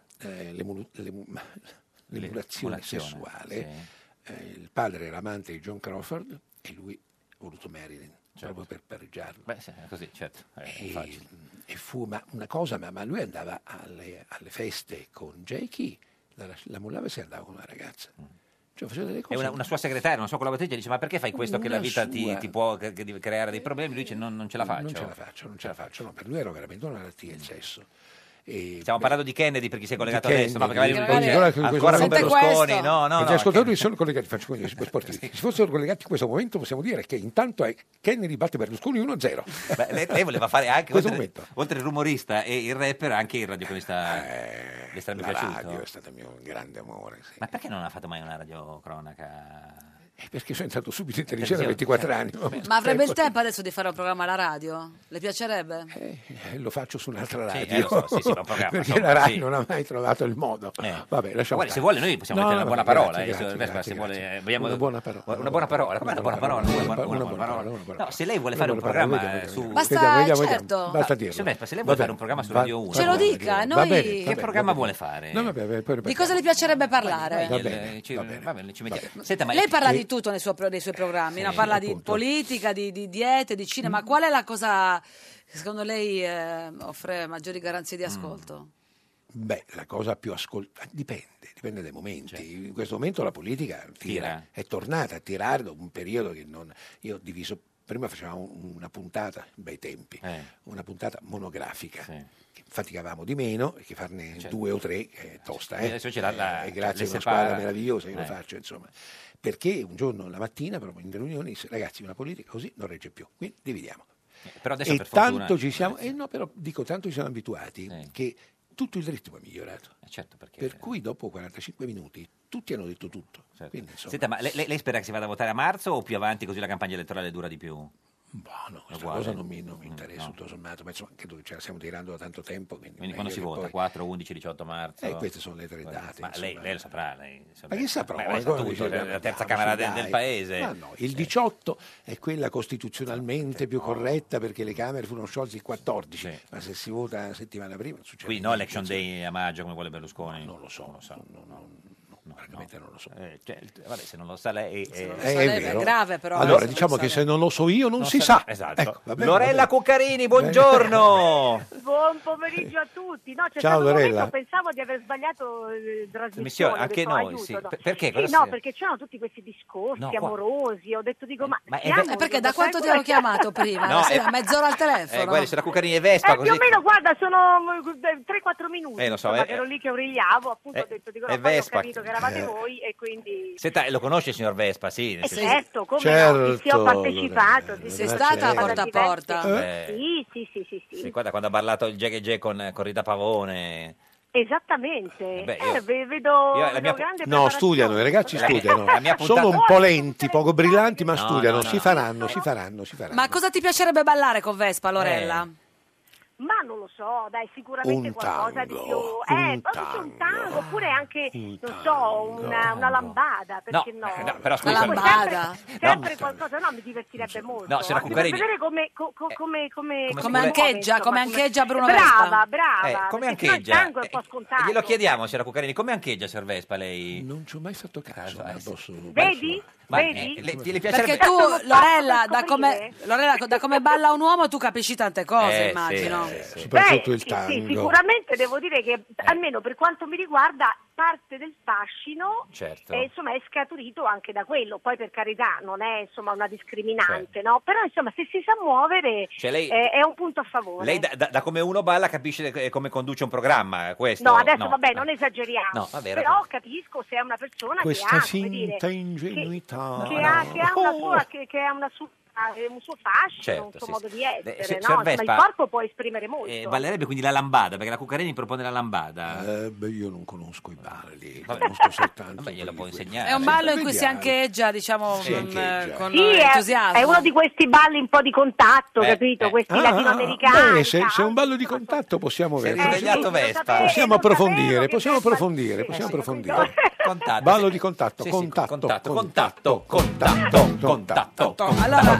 l'emulazione sessuale, il padre era amante di John Crawford e lui ha voluto Marilyn proprio per pareggiarlo. Beh, sì, è così, certo. E fu una cosa, ma lui andava alle feste con Jackie, la mollava e se andava con una ragazza. Cioè, faceva delle E cose. una sua segretaria, una sua collaboratrice dice: ma perché fai questo che la vita Una sua- ti può creare dei problemi? Lui dice: non ce la faccio. Non ce la faccio, no, per lui era veramente una malattia il sesso. E, Stiamo parlando di Kennedy per chi si è collegato di adesso, no? Perché Kennedy, magari uno dice, ancora con Berlusconi, no, Perché no. gli ascoltatori sono collegati, faccio quindi sportivi. Se fossero collegati in questo momento possiamo dire che intanto Kennedy batte Berlusconi 1-0. Beh, lei voleva fare anche, Questo oltre il rumorista e il rapper, anche il radiocronista. Le sarebbe La piaciuto? radio è stato il mio grande amore. Sì. Ma perché non ha fatto mai una radiocronaca? Perché sono entrato subito in televisione a 24 anni. Ma avrebbe il tempo adesso di fare un programma alla radio? Le piacerebbe? Lo faccio su un'altra Sì, radio. lo so, sì, ma un programma, perché insomma, la RAI sì. non ha mai trovato il modo. Vabbè, lasciamo Guarda, se stare. vuole noi possiamo mettere una buona vabbè, parola. grazie, signor grazie, Vespa, se grazie. vuole, vogliamo- Una buona parola. Una buona parola. Com'è una buona parola? Una buona parola. No, se lei vuole fare un programma su... Basta, certo. Basta dirlo. Signor Vespa, se lei vuole fare un programma su Radio 1... Ce lo dica, Va noi... bene, Che programma vuole fare? No, vabbè, poi Di cosa le piacerebbe parlare? Va bene, ci mettiamo. Senta, ma Lei parla di tutto nei suoi programmi, no? Parla di politica, di diete, di cinema. Qual è la cosa che secondo lei offre maggiori garanzie di ascolto? Beh, la cosa più dipende dai momenti. In questo momento la politica è tornata a tirare da un periodo che non... Io ho diviso... Prima facevamo una puntata, bei tempi, una puntata monografica. Che faticavamo di meno e che farne 2 o 3 è tosta. Adesso c'è la grazie a una squadra meravigliosa che lo faccio, insomma. Perché un giorno la mattina, proprio in riunione, disse: ragazzi, una politica così non regge più, quindi dividiamo. Però adesso E per fortuna... tanto ci siamo, no, però dico, tanto ci siamo abituati che tutto il ritmo è migliorato. Certo, perché... Per cui dopo 45 minuti tutti hanno detto tutto. Quindi, insomma, Senta, ma lei spera che si vada a votare a marzo o più avanti così la campagna elettorale dura di più? no, questa cosa non mi interessa tutto sommato, ma insomma, credo che ce la stiamo tirando da tanto tempo. Quindi quando si vota? poi... 4, 11, 18 marzo? Queste sono le 3 date. Ma lei lo saprà. Ma chi saprà? Lei sa tutto, la terza Camera del Paese. Ma no, il 18 è quella costituzionalmente più corretta perché le Camere furono sciolte il 14, ma se si vota una settimana prima non succede Qui no election day a maggio come vuole Berlusconi? Non lo so. Francamente non lo so. Vabbè, se non lo sa lei è grave, però. Allora, diciamo che se non lo so io, non si sa. Esatto. Ecco, va bene, Lorella va bene. Cuccarini, buongiorno. Buon pomeriggio a tutti. No, c'è Ciao, stato un Lorella. momento, pensavo di aver sbagliato trasmissione. Missione, ho anche detto, noi, aiuto, sì. no. Perché? Sì, Cosa no, si- perché c'erano tutti questi discorsi No, qua- amorosi. Ho detto, ma Perché da quanto ti avevo chiamato prima? No, Sì, mezz'ora al telefono. guardi, c'era Cuccarini e Vespa, così... più o meno, guarda, sono 3-4 minuti. Lo so, insomma, che ero lì che origliavo, appunto ho detto, è poi ho Vespa. capito che eravate voi e quindi... Senta, lo conosce il signor Vespa, sì? nel senso- Certo, come no, sì, ho partecipato. Sì, Sei sì, stata a sì, porta a porta? Sì. Sì, quando ha ballato il Jaggy con Rita Pavone. Esattamente. Beh, io- vedo la mia- grande No, studiano, i ragazzi La mia- studiano. la mia puntata- Sono un po' lenti, poco brillanti, ma No, studiano. no, no. Si faranno. Ma cosa ti piacerebbe ballare con Vespa, Lorella? Ma non lo so, dai, sicuramente Un qualcosa di più. un Forse un tango, oppure anche, non so, una lambada, perché no? però scusa- Comunque lambada? sempre qualcosa, no, mi divertirebbe molto. No, signora Devo Cuccarini- vedere come Come ancheggia Bruno Brava, Vespa? Come perché sennò ancheggia? il tango è un po' scontato. Glielo chiediamo, signora Cuccarini, come ancheggia signor Vespa lei? Non ci ho mai fatto caso. Vedi? Ma, Vedi? le piacerebbe... Perché tu, Lorella, da come balla un uomo, tu capisci tante cose, immagino. no? Soprattutto il Sì, tango. sicuramente devo dire che almeno per quanto mi riguarda parte del fascino Certo. insomma è scaturito anche da quello, poi per carità non è insomma una discriminante, no? Però insomma se si sa muovere Cioè, lei- è un punto a favore. Lei da come uno balla capisce come conduce un programma, questo? No, adesso vabbè, non esageriamo, No, vabbè, però capisco se è una persona Questa che ha, come dire, finta ingenuità. che ha un suo fascino, Certo, un suo sì, modo sì. di essere, Signor no? Insomma, Vespa, il corpo può esprimere molto. ballerebbe quindi la lambada, perché la Cuccarini propone la lambada. Io non conosco i balli, Vabbè. conosco soltanto. Vabbè, glielo può insegnare. È un ballo in cui si ancheggia, diciamo, Si ancheggia. con Sì, entusiasmo. è uno di questi balli un po' di contatto, capito? Questi latinoamericani. Beh, se è un ballo di contatto possiamo Si è vedere. risvegliato Vespa. Possiamo approfondire. Contatto. Ballo di contatto, Sì, sì, contatto. Allora,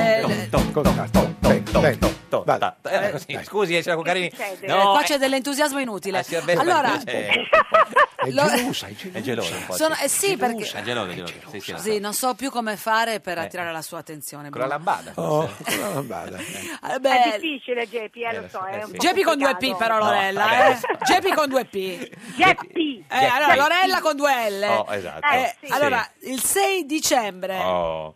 Così, scusi, signora Cuccarini. qua c'è dell'entusiasmo inutile. Allora, È Lo- gelosa, È geloso un po'. sì, perché È geloso. Sì, sì, lo sì, so. non so più come fare per attirare la sua attenzione. Con la lambada. Con la lambada. È difficile, Geppi, lo so. È un po' Geppi con due P complicato. però, Lorella. vabbè. Geppi con due P. Geppi. Allora, Lorella con due L. Oh, esatto. Sì. Allora, il 6 dicembre. Oh.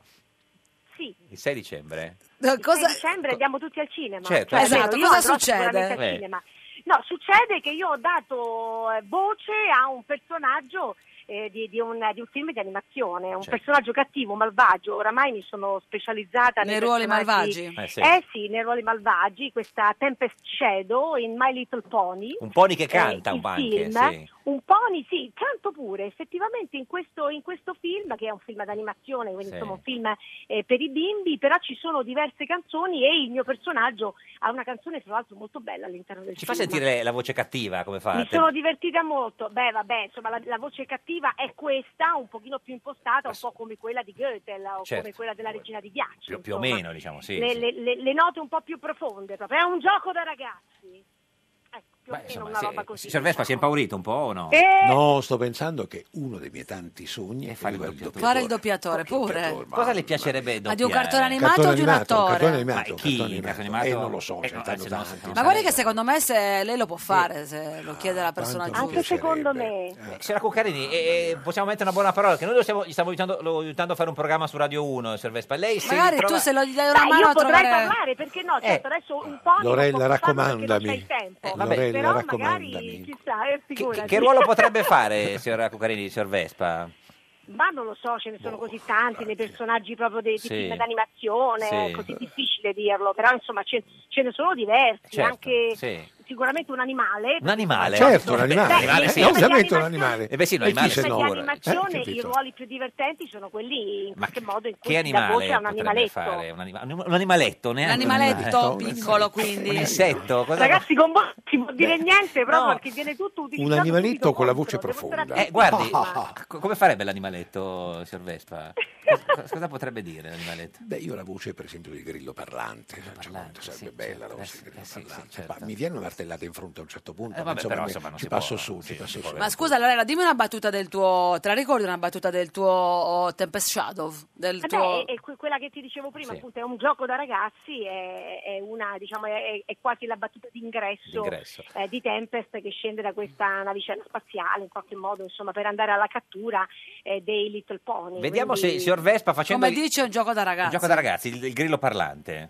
Sì. Il 6 dicembre? Cosa... In dicembre andiamo tutti al cinema. Certo. Cioè, Esatto, almeno io cosa andrò succede? sicuramente al cinema. No, succede che io ho dato voce a un personaggio di un film di animazione, un personaggio cattivo, malvagio. Oramai mi sono specializzata Nei ruoli personaggi- malvagi? Sì, nei ruoli malvagi. Questa Tempest Shadow in My Little Pony. Un pony che canta il anche, film. sì. Un pony, sì, canto pure. Effettivamente in questo film, che è un film d'animazione, quindi Sì. insomma un film per i bimbi, però ci sono diverse canzoni e il mio personaggio ha una canzone tra l'altro molto bella all'interno del Ci film. fa sentire la voce cattiva, come fate? Mi sono divertita molto. Beh, vabbè, insomma, la voce cattiva è questa, un pochino più impostata, un po' come quella di Goethe o Certo. come quella della Regina di Ghiaccio. Più o insomma. meno, diciamo, sì. Le, sì. le note un po' più profonde, proprio. È un gioco da ragazzi. Ecco, più o Beh, meno insomma, una roba così. Signor Vespa, si è impaurito un po' o no? No, sto pensando che uno dei miei tanti sogni è fare il doppiatore. Fare il doppiatore pure. Cosa le piacerebbe doppiare? Ma di un cartone animato o di un attore? Cartone animato, Ma chi? cartone Cartone animato. animato? Non lo so, ce ne stanno tanti. Ma guardi che secondo me se lei lo può fare, se lo chiede la persona giusta. Anche secondo me. Signora Cuccarini, possiamo mettere una buona parola, che noi gli stiamo aiutando a fare un programma su Radio 1, signor Vespa. Lei se Magari trova... tu se lo gli dai una Dai, mano io a potrei trovare... parlare, perché no? Certo, adesso un po' Lorella, raccomandami. raccomandami. Vabbè, però raccomandami. magari ci sta, figurati. Che ruolo potrebbe fare, signora Cuccarini, signor Vespa? Ma non lo so, ce ne sono così tanti nei personaggi proprio di Sì. film d'animazione, Sì. è così difficile dirlo, però insomma ce ne sono diversi, Certo, anche sì. sicuramente un animale. Un animale? Certo, un animale. Beh, Animale, sì. Ovviamente un animale. Eh beh sì, un E chi animale se sì. no, Di ora? animazione i capito. ruoli più divertenti sono quelli in qualche modo in cui Che si dà voce animale a un potrebbe animaletto. fare? Un animaletto? Un neanche animaletto piccolo, quindi. Un insetto? Cosa... Ragazzi, con voi non si può dire niente, però No. perché viene tutto utilizzato Un animaletto subito con la contro. voce Devo stare profonda. attenti. Guardi, come farebbe l'animaletto, signor Vespa? Cosa potrebbe dire l'animaletto? Beh, io la voce, per esempio, di grillo parlante, sarebbe bella la voce di grillo parlante. certo. Ma mi viene una martellata in fronte a un certo punto, vabbè, insomma, però, insomma, non ci si passo può, su, sì, ci passo si su. può Ma scusa Lorella, dimmi una battuta del tuo... Te la ricordi una battuta del tuo Tempest Shadow? Del tuo... È quella che ti dicevo prima, Sì. appunto, è un gioco da ragazzi, è una, diciamo, è quasi la battuta d'ingresso di Tempest che scende da questa navicella spaziale, in qualche modo, insomma, per andare alla cattura dei Little Pony. Vediamo Quindi- se signor Vespa facendo Come dice, è un gioco da il ragazzi. gioco da ragazzi, il grillo parlante.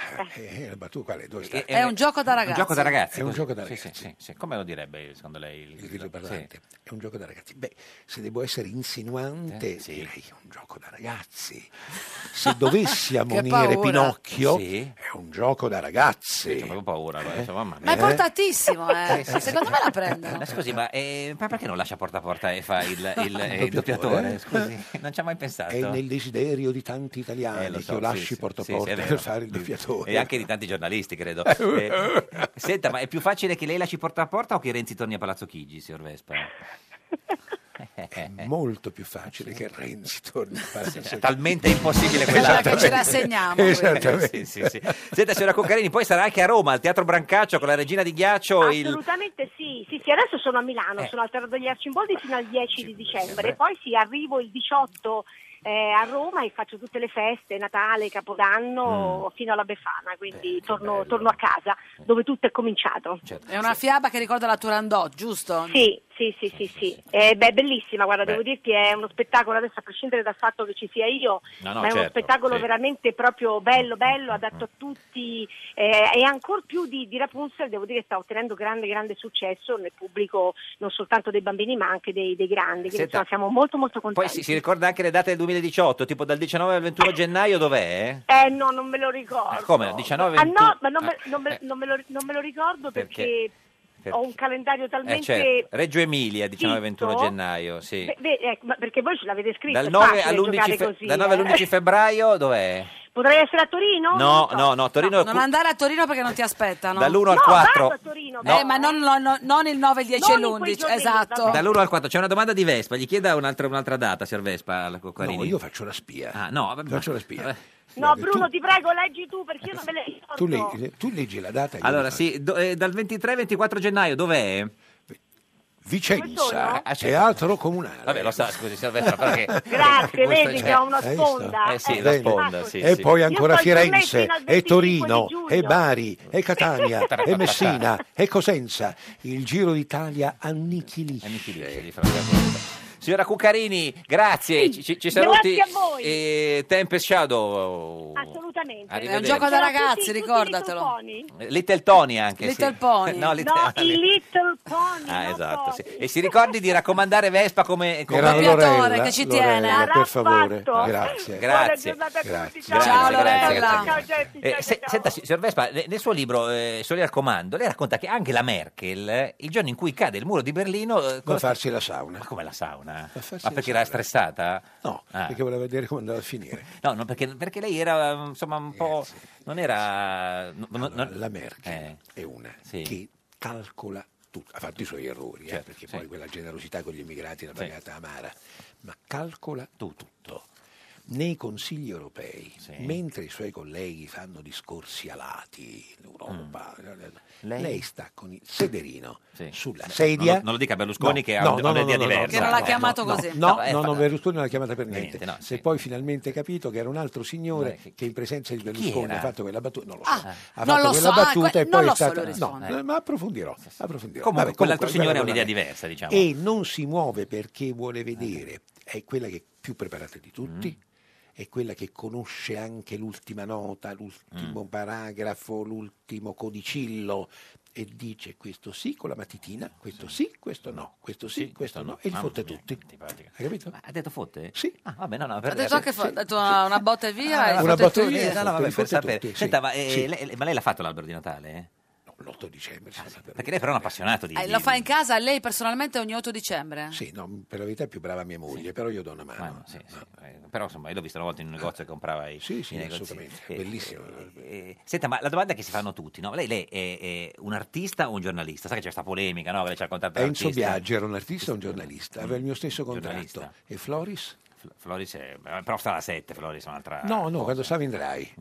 La battuta quale? Dove sta? È un gioco da Un ragazzi. gioco da ragazzi. È un così. gioco da Sì, ragazzi. sì, sì. Come lo direbbe secondo lei Il grillo parlante è un gioco da ragazzi. Beh, se devo essere insinuante, direi un gioco da ragazzi. Se dovessi ammonire paura. Pinocchio, Sì. è un gioco da ragazzi. C'ho proprio paura, allora, mamma mia. Ma è portatissimo, secondo me la prendono. Ma scusi, ma perché non lascia porta a porta e fa il doppiatore? Scusi, non ci ha mai pensato. È nel desiderio di tanti italiani Lo che so, io lasci sì, porta a sì, porta sì, è vero. per fare il doppiatore. E anche di tanti giornalisti, credo. Senta, ma è più facile che lei lasci porta a porta o che Renzi torni a Palazzo Chigi, signor Vespa? è molto più facile che Renzi torni a fare È talmente impossibile Allora quell'altro. che ci rassegniamo. Esattamente. Sì. Senta, signora Cuccarini, poi sarà anche a Roma, al Teatro Brancaccio, con la Regina di Ghiaccio. Assolutamente sì, adesso sono a Milano, sono al Teatro degli Arcimboldi fino al 10 di dicembre e poi arrivo il 18 a Roma e faccio tutte le feste, Natale, Capodanno fino alla Befana, quindi torno a casa dove tutto è cominciato. È una fiaba che ricorda la Turandot, giusto? Sì. È bellissima, guarda, devo dirti, è uno spettacolo, adesso a prescindere dal fatto che ci sia io, ma è uno spettacolo veramente proprio bello, adatto a tutti, e ancor più di Rapunzel, devo dire, sta ottenendo grande successo nel pubblico, non soltanto dei bambini ma anche dei grandi, quindi insomma, siamo molto contenti. Poi si ricorda anche le date del 2018, tipo dal 19 al 21 gennaio, dov'è? No, non me lo ricordo. Come? 19 21? No, ma non me lo ricordo perché ho un calendario talmente Reggio Emilia, 19-21 fisso. gennaio, sì. Ma perché voi ce l'avete scritto, Dal è 9 facile all'11 giocare così, dal 9 all'11 febbraio dov'è? Potrei essere a Torino? No, Torino. Non andare a Torino perché non ti aspettano. Dall'1 al 4. Vado a Torino, ma non il 9, il 10 e l'11, esatto. Dall'1 al 4 c'è una domanda di Vespa, gli chieda un'altra data, signor Vespa, alla Coccarini. No, io faccio la spia. Faccio la spia. No, Bruno, ti prego, leggi tu perché io non me le ricordo. Tu leggi la data. Allora, sì, dal 23-24 gennaio dov'è? Vicenza, teatro comunale. Vabbè, lo sa, scusi, signor Vespa, perché... Grazie, vedi che ho una sponda. Sì, la sponda, sì. E poi ancora Io sto Firenze, fino al e 25 Torino, di giugno. e Bari, e Catania, e Messina, e Cosenza. Il Giro d'Italia annichilisce. di fronte a questo. Signora Cuccarini, grazie, ci saluti. Grazie a voi. Tempest Shadow. Assolutamente. È un gioco da ragazzi, ricordatelo. Little Tony anche. Little Pony. No, No, i Little Pony. esatto, sì. E si ricordi di raccomandare Vespa come Era Lorella, che ci tiene. Lorella, per favore, Fatto. grazie. Grazie. Ciao, Lorella. Senta, signor Vespa, nel suo libro Soli al comando, lei racconta che anche la Merkel, il giorno in cui cade il muro di Berlino... Va a farsi la sauna. Ma come la sauna? Ma la perché era stressata? No, perché voleva vedere come andava a finire. No, perché lei era, insomma, un po'... Non era... La Merkel è una che calcola tutto. Ha fatto i suoi errori, perché poi quella generosità con gli immigrati l'ha pagata amara, ma calcola tutto. Nei consigli europei, mentre i suoi colleghi fanno discorsi alati, l'Europa, lei sta con il sederino sulla sedia. Non lo dica Berlusconi che ha un'idea diversa. Che non l'ha chiamato così. No, Berlusconi non l'ha chiamata per niente. Si è poi finalmente capito che era un altro signore che in presenza di Berlusconi ha fatto quella battuta. Non lo so. Ha fatto quella battuta e poi è stata... No, ma approfondirò. Comunque quell'altro signore ha un'idea diversa, diciamo. E non si muove perché vuole vedere, è quella che è più preparata di tutti, è quella che conosce anche l'ultima nota, l'ultimo paragrafo, l'ultimo codicillo e dice questo sì con la matitina, questo sì, questo no, questo sì, questo no, e li fotte tutti. Hai capito? Ma ha detto fotte? Sì. Vabbè, no, Ha detto anche ha detto una botta e via. Una botta e via. No, vabbè, per sapere. Tutti, Senta, ma lei l'ha fatto l'albero di Natale? L'8 dicembre. Perché lei però è un appassionato di... Lo fa in casa lei personalmente ogni 8 dicembre? Sì, no, per la verità è più brava mia moglie, però io do una mano. Però insomma, io l'ho visto una volta in un negozio che comprava i negozi. Assolutamente, bellissimo. Senta, ma la domanda che si fanno tutti, no? Lei è un artista o un giornalista? Sa che c'è questa polemica, no? Che lei ci ha raccontato Enzo Biaggi era un artista o un giornalista? Aveva il mio stesso contratto. E Floris? Floris però sta alla 7, Floris è un'altra... No, quando stava in Rai.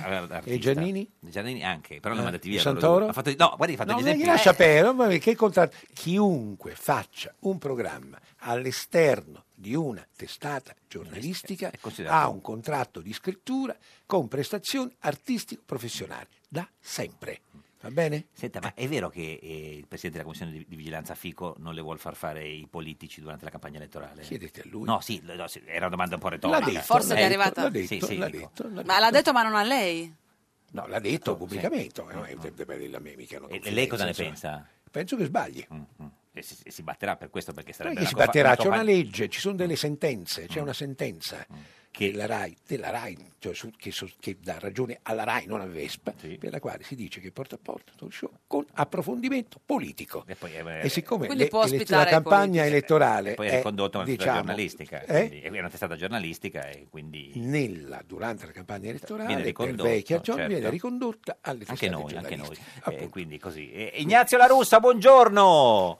E Giannini? Giannini anche, però l'ha mandati via. Santoro? No, guardi, ha fatto gli esempi. Non lascia perdere, che contratto? Chiunque faccia un programma all'esterno di una testata giornalistica ha un contratto di scrittura con prestazioni artistico-professionali da sempre. Va bene? Senta, ma è vero che il Presidente della Commissione di Vigilanza Fico non le vuol far fare i politici durante la campagna elettorale? Chiedete a lui. No, sì, era una domanda un po' retorica. Forse è arrivata. L'ha detto. Ma l'ha detto ma non a lei? No, l'ha detto pubblicamente. E lei cosa ne pensa? Penso che sbagli. E si batterà per questo perché sarebbe si batterà, c'è una legge, ci sono delle sentenze, c'è una sentenza della RAI, cioè che dà ragione alla RAI, non a Vespa, per la quale si dice che porta a porta talk show con approfondimento politico. E siccome la campagna elettorale poi è ricondotto a una testata giornalistica, quindi, è una testata giornalistica e quindi durante la campagna elettorale viene per ricondotto, vecchia certo. viene ricondotta alle testate anche noi, giornalistiche. quindi così. Ignazio La Russa, buongiorno.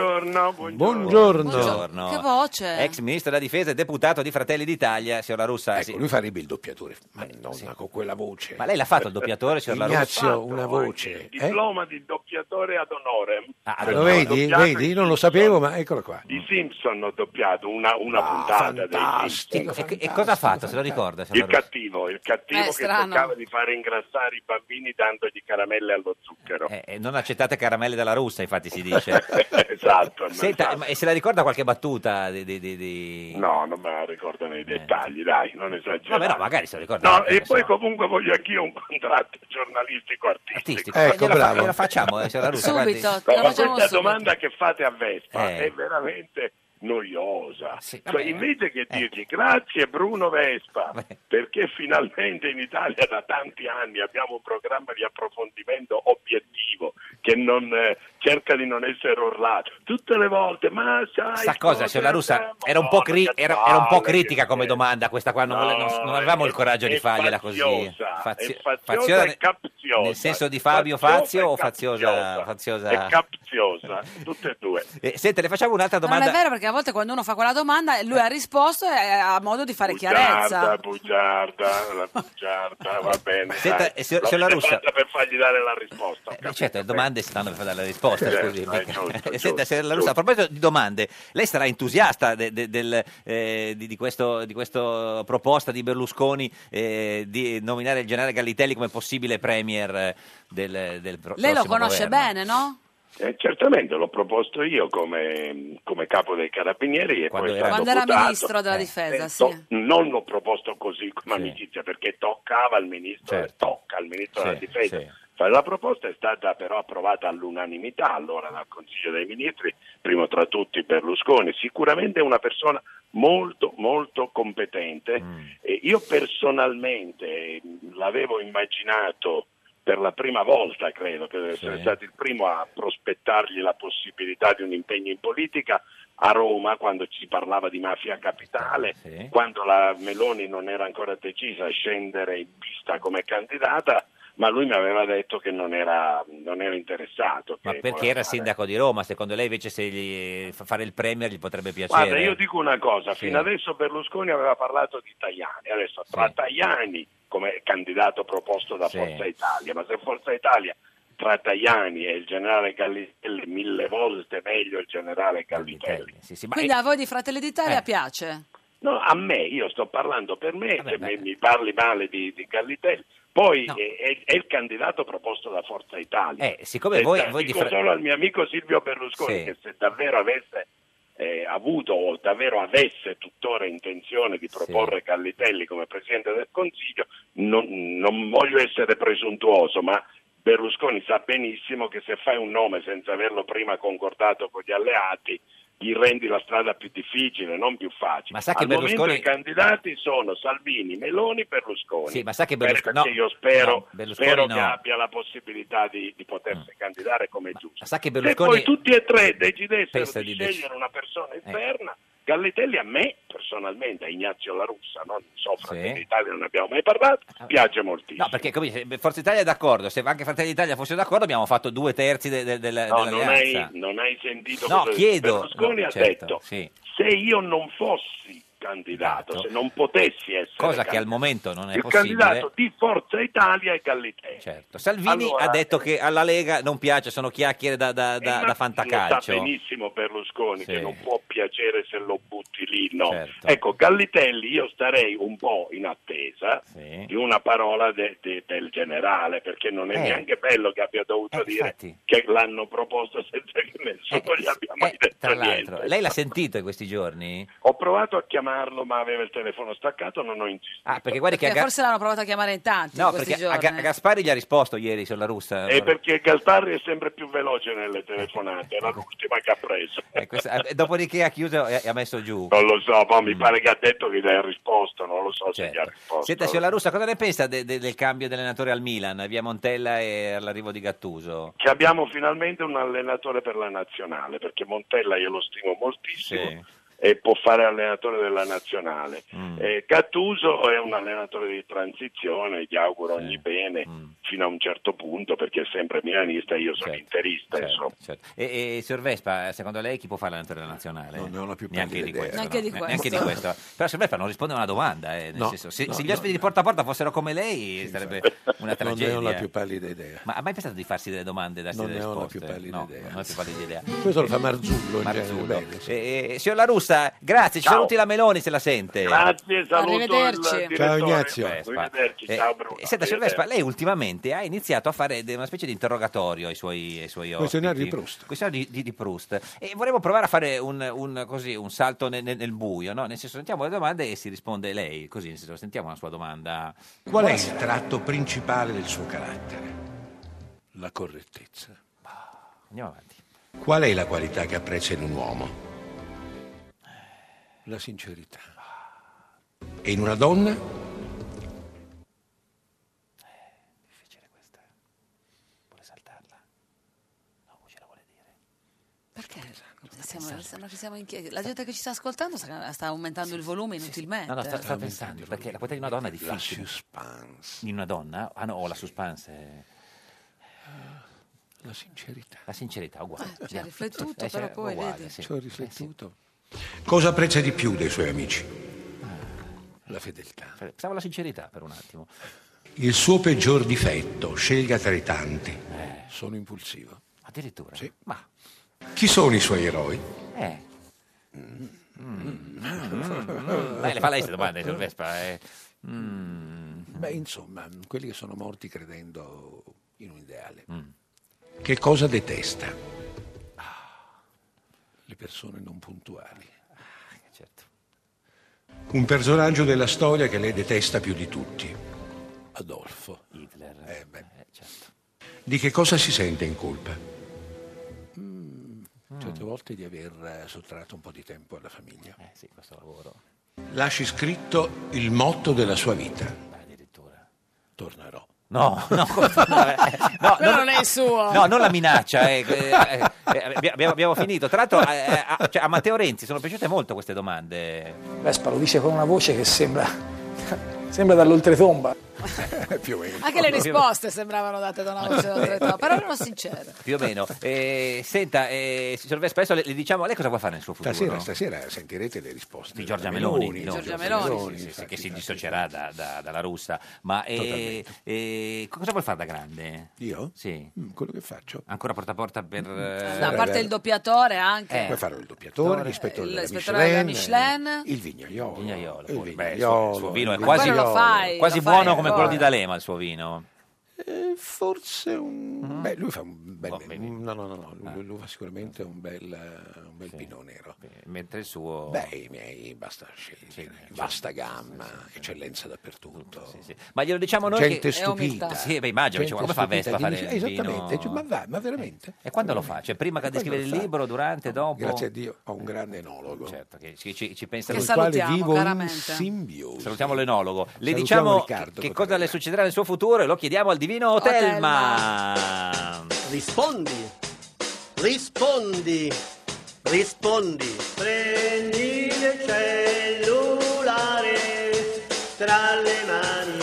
Buongiorno. Che voce? Ex ministro della difesa e deputato di Fratelli d'Italia, signor La Russa. Ecco, lui farebbe il doppiatore, ma non con quella voce. Ma lei l'ha fatto il doppiatore, signor La Russa? Ignazio, una voce. Diploma di doppiatore ad onore. Lo vedi? Io non lo sapevo, ma eccolo qua. I Simpson ho doppiato una puntata dei Simpson. E cosa ha fatto, se lo ricorda? Il cattivo che strano. cercava di fare ingrassare i bambini dandogli caramelle allo zucchero. Non accettate caramelle dalla Russa, infatti si dice. Esatto. Senta, e se la ricorda qualche battuta? No, non me la ricordo nei dettagli, dai, non esagerare. Vabbè, no, magari se lo ricorda. No, e poi comunque voglio anch'io un contratto giornalistico artistico. Ecco, bravo. Glielo facciamo, signor La Russa. Subito, Ma lo facciamo questa subito. domanda che fate a Vespa è veramente noiosa. Cioè, invece che dirgli grazie Bruno Vespa, perché finalmente in Italia da tanti anni abbiamo un programma di approfondimento obiettivo che non cerca di non essere urlato tutte le volte, ma sai Sta cosa, signor La Russa, era un po' critica come domanda questa qua, non avevamo il coraggio di fargliela così. Faziosa e capziosa. Nel senso di Fabio Fazio o faziosa? È capziosa, tutte e due. Senta, le facciamo un'altra domanda. Non è vero, perché a volte quando uno fa quella domanda lui ha risposto e ha modo di fare chiarezza. Bugiarda, va bene. Senta, dai. signor La Russa, per fargli dare la risposta. certo, le domande stanno per fare la risposta, scusi. Giusto, Senta, signor La Russa, a proposito di domande, lei sarà entusiasta di questa proposta di Berlusconi di nominare il generale Gallitelli come possibile premier del prossimo Lei lo conosce governo. bene, no? Certamente l'ho proposto io come capo dei carabinieri e Quando poi era- è stato Quando era votato. ministro della difesa, sì. Non l'ho proposto così come amicizia perché toccava al ministro, Certo. tocca al ministro della difesa. sì. La proposta è stata però approvata all'unanimità allora dal Consiglio dei Ministri, primo tra tutti Berlusconi, sicuramente una persona molto molto competente. E io personalmente l'avevo immaginato per la prima volta, credo che deve essere stato il primo a prospettargli la possibilità di un impegno in politica a Roma, quando ci parlava di mafia capitale, quando la Meloni non era ancora decisa a scendere in pista come candidata, ma lui mi aveva detto che non era interessato. Ma che perché era sindaco di Roma? Secondo lei invece se fare il premier gli potrebbe piacere? Guarda, io dico una cosa, fino adesso Berlusconi aveva parlato di Tajani, adesso tra Tajani come candidato proposto da Forza Italia, ma se Forza Italia tra Tajani e il generale Gallitelli 1000 volte meglio il generale Gallitelli. Quindi a voi di Fratelli d'Italia piace? No, a me, io sto parlando per me, se mi parli male di Gallitelli. Poi è il candidato proposto da Forza Italia. Siccome voi dico solo al mio amico Silvio Berlusconi che se davvero avesse avuto o davvero avesse tuttora intenzione di proporre Gallitelli come Presidente del Consiglio, non voglio essere presuntuoso, ma Berlusconi sa benissimo che se fai un nome senza averlo prima concordato con gli alleati gli rendi la strada più difficile, non più facile. Ma sa che Al momento i candidati sono Salvini, Meloni, Berlusconi. Sì, ma sa che Berlusconi... Perché io spero Berlusconi che abbia la possibilità di potersi candidare come è giusto. Sa che Se Berlusconi... poi tutti e tre decidessero Pensa di di scegliere una persona esterna, Gallitelli a me personalmente, a Ignazio La Russa, non so, Fratelli d'Italia non ne abbiamo mai parlato, piace moltissimo. No, perché come dice, Forza Italia è d'accordo, se anche Fratelli d'Italia fosse d'accordo abbiamo fatto 2/3 dell'alleanza. Non hai sentito No, cosa chiedo. Berlusconi ha detto, se io non fossi candidato, se non potessi essere cosa che al momento non è il possibile. candidato di Forza Italia è Gallitelli. Certo. Salvini ha detto che alla Lega non piace, sono chiacchiere da Lo fantacalcio. sa benissimo Berlusconi che non può piacere se lo butti lì, no. Certo. Ecco, Gallitelli io starei un po' in attesa di una parola del generale, perché non è neanche bello che abbia dovuto dire che l'hanno proposto senza che nessuno gli abbia mai detto Tra niente. l'altro, lei l'ha sentito in questi giorni? Ho provato a chiamarlo, ma aveva il telefono staccato, non ho insistito. Perché guardi che Forse l'hanno provato a chiamare in tanti in questi perché a giorni. Gaspari gli ha risposto ieri sulla Russa. Perché Gasparri è sempre più veloce nelle telefonate, era l'ultima che ha preso. Dopodiché ha chiuso e ha messo giù. Non lo so, ma mi pare che ha detto che gli ha risposto, non lo so se gli ha risposto. Senta, signor La Russa, cosa ne pensa del cambio di allenatore al Milan, via Montella e all'arrivo di Gattuso? Che abbiamo finalmente un allenatore per la nazionale, perché Montella io lo stimo moltissimo. Sì. E può fare allenatore della nazionale. Gattuso è un allenatore di transizione, gli auguro ogni bene fino a un certo punto, perché è sempre milanista e io sono interista. Certo. E signor Vespa, secondo lei chi può fare l'allenatore della nazionale? Non ne ho la più neanche pallida di idea. questo, Neanche di neanche di questo. Però signor Vespa non risponde a una domanda. Nel No, senso, se no, gli no, ospiti di Porta a Porta fossero come lei sarebbe una tragedia. Non ne ho la più pallida idea. Ma ha mai pensato di farsi delle domande e darsi Non delle ne ho la risposte? più pallida idea. Non ho la più pallida idea. Questo lo fa Marzullo in genere, Marzullo. bene, sì. Signor La Russa, grazie, ci Ciao. saluti la Meloni se la sente. Grazie, saluto Arrivederci. il direttore. Ciao, Ignazio. Arrivederci, ciao Bruno. Senta, signor Vespa, lei ultimamente ha iniziato a fare una specie di interrogatorio ai suoi ospiti. Questionario di Proust. Questionario di Proust. E vorremmo provare a fare un salto nel buio, no? Nel senso, sentiamo le domande e si risponde lei, così, nel senso, sentiamo una sua domanda. Qual è il tratto principale del suo carattere? La correttezza. Andiamo avanti. Qual è la qualità che apprezza in un uomo? La sincerità. E in una donna? Difficile questa. Vuole saltarla? No, ce la vuole dire. Perché? Sembra che siamo in chiesa. La gente che ci sta ascoltando sta aumentando il volume inutilmente. No, sta pensando, perché la qualità di una donna è La difficile. suspense. Di una donna? Ah no, la suspense. La sincerità. La sincerità, uguale. Ci ha riflettuto, però poi vedi. Sì. Ci ho riflettuto. Cosa apprezza di più dei suoi amici? La fedeltà. Pensavo alla sincerità per un attimo. Il suo peggior difetto, scelga tra i tanti. Sono impulsivo. Addirittura? Sì. Ma. Chi sono i suoi eroi? Le fa lei queste domande, signor Vespa. Beh, insomma, quelli che sono morti credendo in un ideale. Che cosa detesta? Le persone non puntuali. Certo. Un personaggio della storia che lei detesta più di tutti. Adolfo. Hitler. Certo. Di che cosa si sente in colpa? Certe volte di aver sottratto un po' di tempo alla famiglia. Sì, questo lavoro. Lasci scritto il motto della sua vita. Addirittura. Tornerò. No, Quello non è il suo. No, non la minaccia. Abbiamo finito. Tra l'altro, a Matteo Renzi sono piaciute molto queste domande. Vespa lo dice con una voce che sembra dall'oltretomba. Più o meno. Anche le risposte sembravano date da una voce d'oltretomba, però erano sincere. Più o meno. Senta, signor Vespa, adesso le diciamo, lei cosa vuole fare nel suo futuro? Stasera sentirete le risposte Di Giorgia Meloni. Giorgia Meloni. Sì, che si dissocierà dalla Russa. Ma cosa vuol fare da grande? Io? Sì. Quello che faccio. Ancora porta a porta per... A parte il doppiatore anche. Puoi fare il doppiatore, l'ispettore della Michelin. Il vignaiolo. Il suo vino è quasi lo buono fai come quello di D'Alema, il suo vino. Forse un... Beh, lui fa un bel... No, lui fa sicuramente un bel pinot nero. Mentre il suo... Beh, i miei basta scegliere. Vasta gamma, eccellenza dappertutto. Sì. Ma glielo diciamo noi Gente che... stupita. Sì, beh, immagino, come fa Vespa a fare il esattamente, vino? ma veramente? E quando lo fa? Cioè prima di scrivere il libro, durante, dopo? Grazie a Dio ho un grande enologo. Certo, che ci pensa Che lui. Con il quale salutiamo, vivo in caramente. simbiosi. Salutiamo l'enologo. Le Salutiamo diciamo Riccardo, che cosa le succederà nel suo futuro e lo chiediamo al divino Otelma. Rispondi. Prendi il cellulare tra le mani.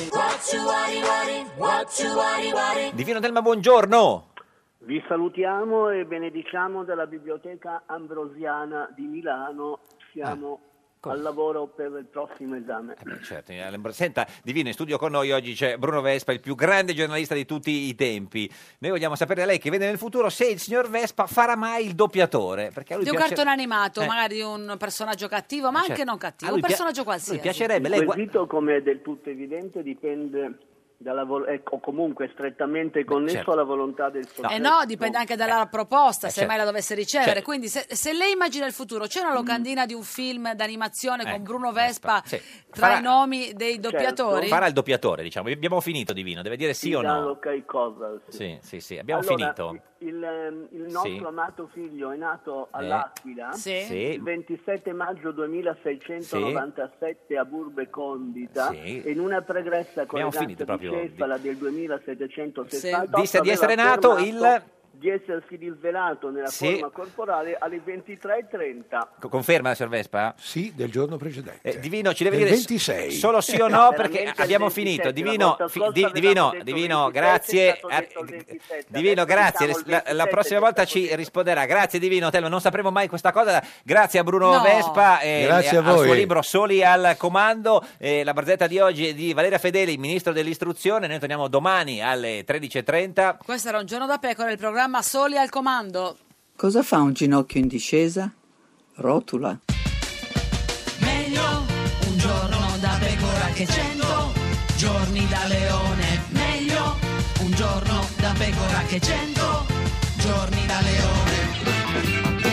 Divino Otelma, buongiorno. Vi salutiamo e benediciamo dalla Biblioteca Ambrosiana di Milano. Siamo al lavoro per il prossimo esame. Certo. Senta, Divino, in studio con noi oggi c'è Bruno Vespa, il più grande giornalista di tutti i tempi. Noi vogliamo sapere da lei, che vede nel futuro, se il signor Vespa farà mai il doppiatore. Perché a lui Di un piace... cartone animato, magari di un personaggio cattivo, ma anche non cattivo, un personaggio qualsiasi. Lui piacerebbe. Il quesito, come è del tutto evidente, dipende o comunque strettamente connesso certo. alla volontà del soggetto. No, dipende anche dalla proposta, se certo. mai la dovesse ricevere. Certo. Quindi se lei immagina il futuro, c'è una locandina di un film d'animazione con Bruno Vespa tra i nomi dei doppiatori? Farà il doppiatore, diciamo. Abbiamo finito, Divino, deve dire sì o no. Sì, abbiamo finito. Il nostro amato figlio è nato all'Aquila il 27 maggio 2697 a Burbe Condita e in una pregressa colleganza di Cefala del 2768 disse di essere nato di essersi disvelato nella forma corporale alle 23:30. Conferma, signor Vespa? Sì, del giorno precedente. Divino, ci deve Del dire 26. Solo sì o no, perché abbiamo finito. Divino, grazie. Divino, grazie. La prossima volta ci risponderà. Grazie, Divino. Non sapremo mai questa cosa. Grazie a Bruno Vespa grazie a voi. Al suo libro Soli al comando. La barzelletta di oggi è di Valeria Fedeli, ministro dell'istruzione. Noi torniamo domani alle 13:30. Questo era Un giorno da pecora, il programma Soli al comando. Cosa fa un ginocchio in discesa? Rotula. Meglio un giorno da pecora che 100 giorni da leone. Meglio un giorno da pecora che 100 giorni da leone.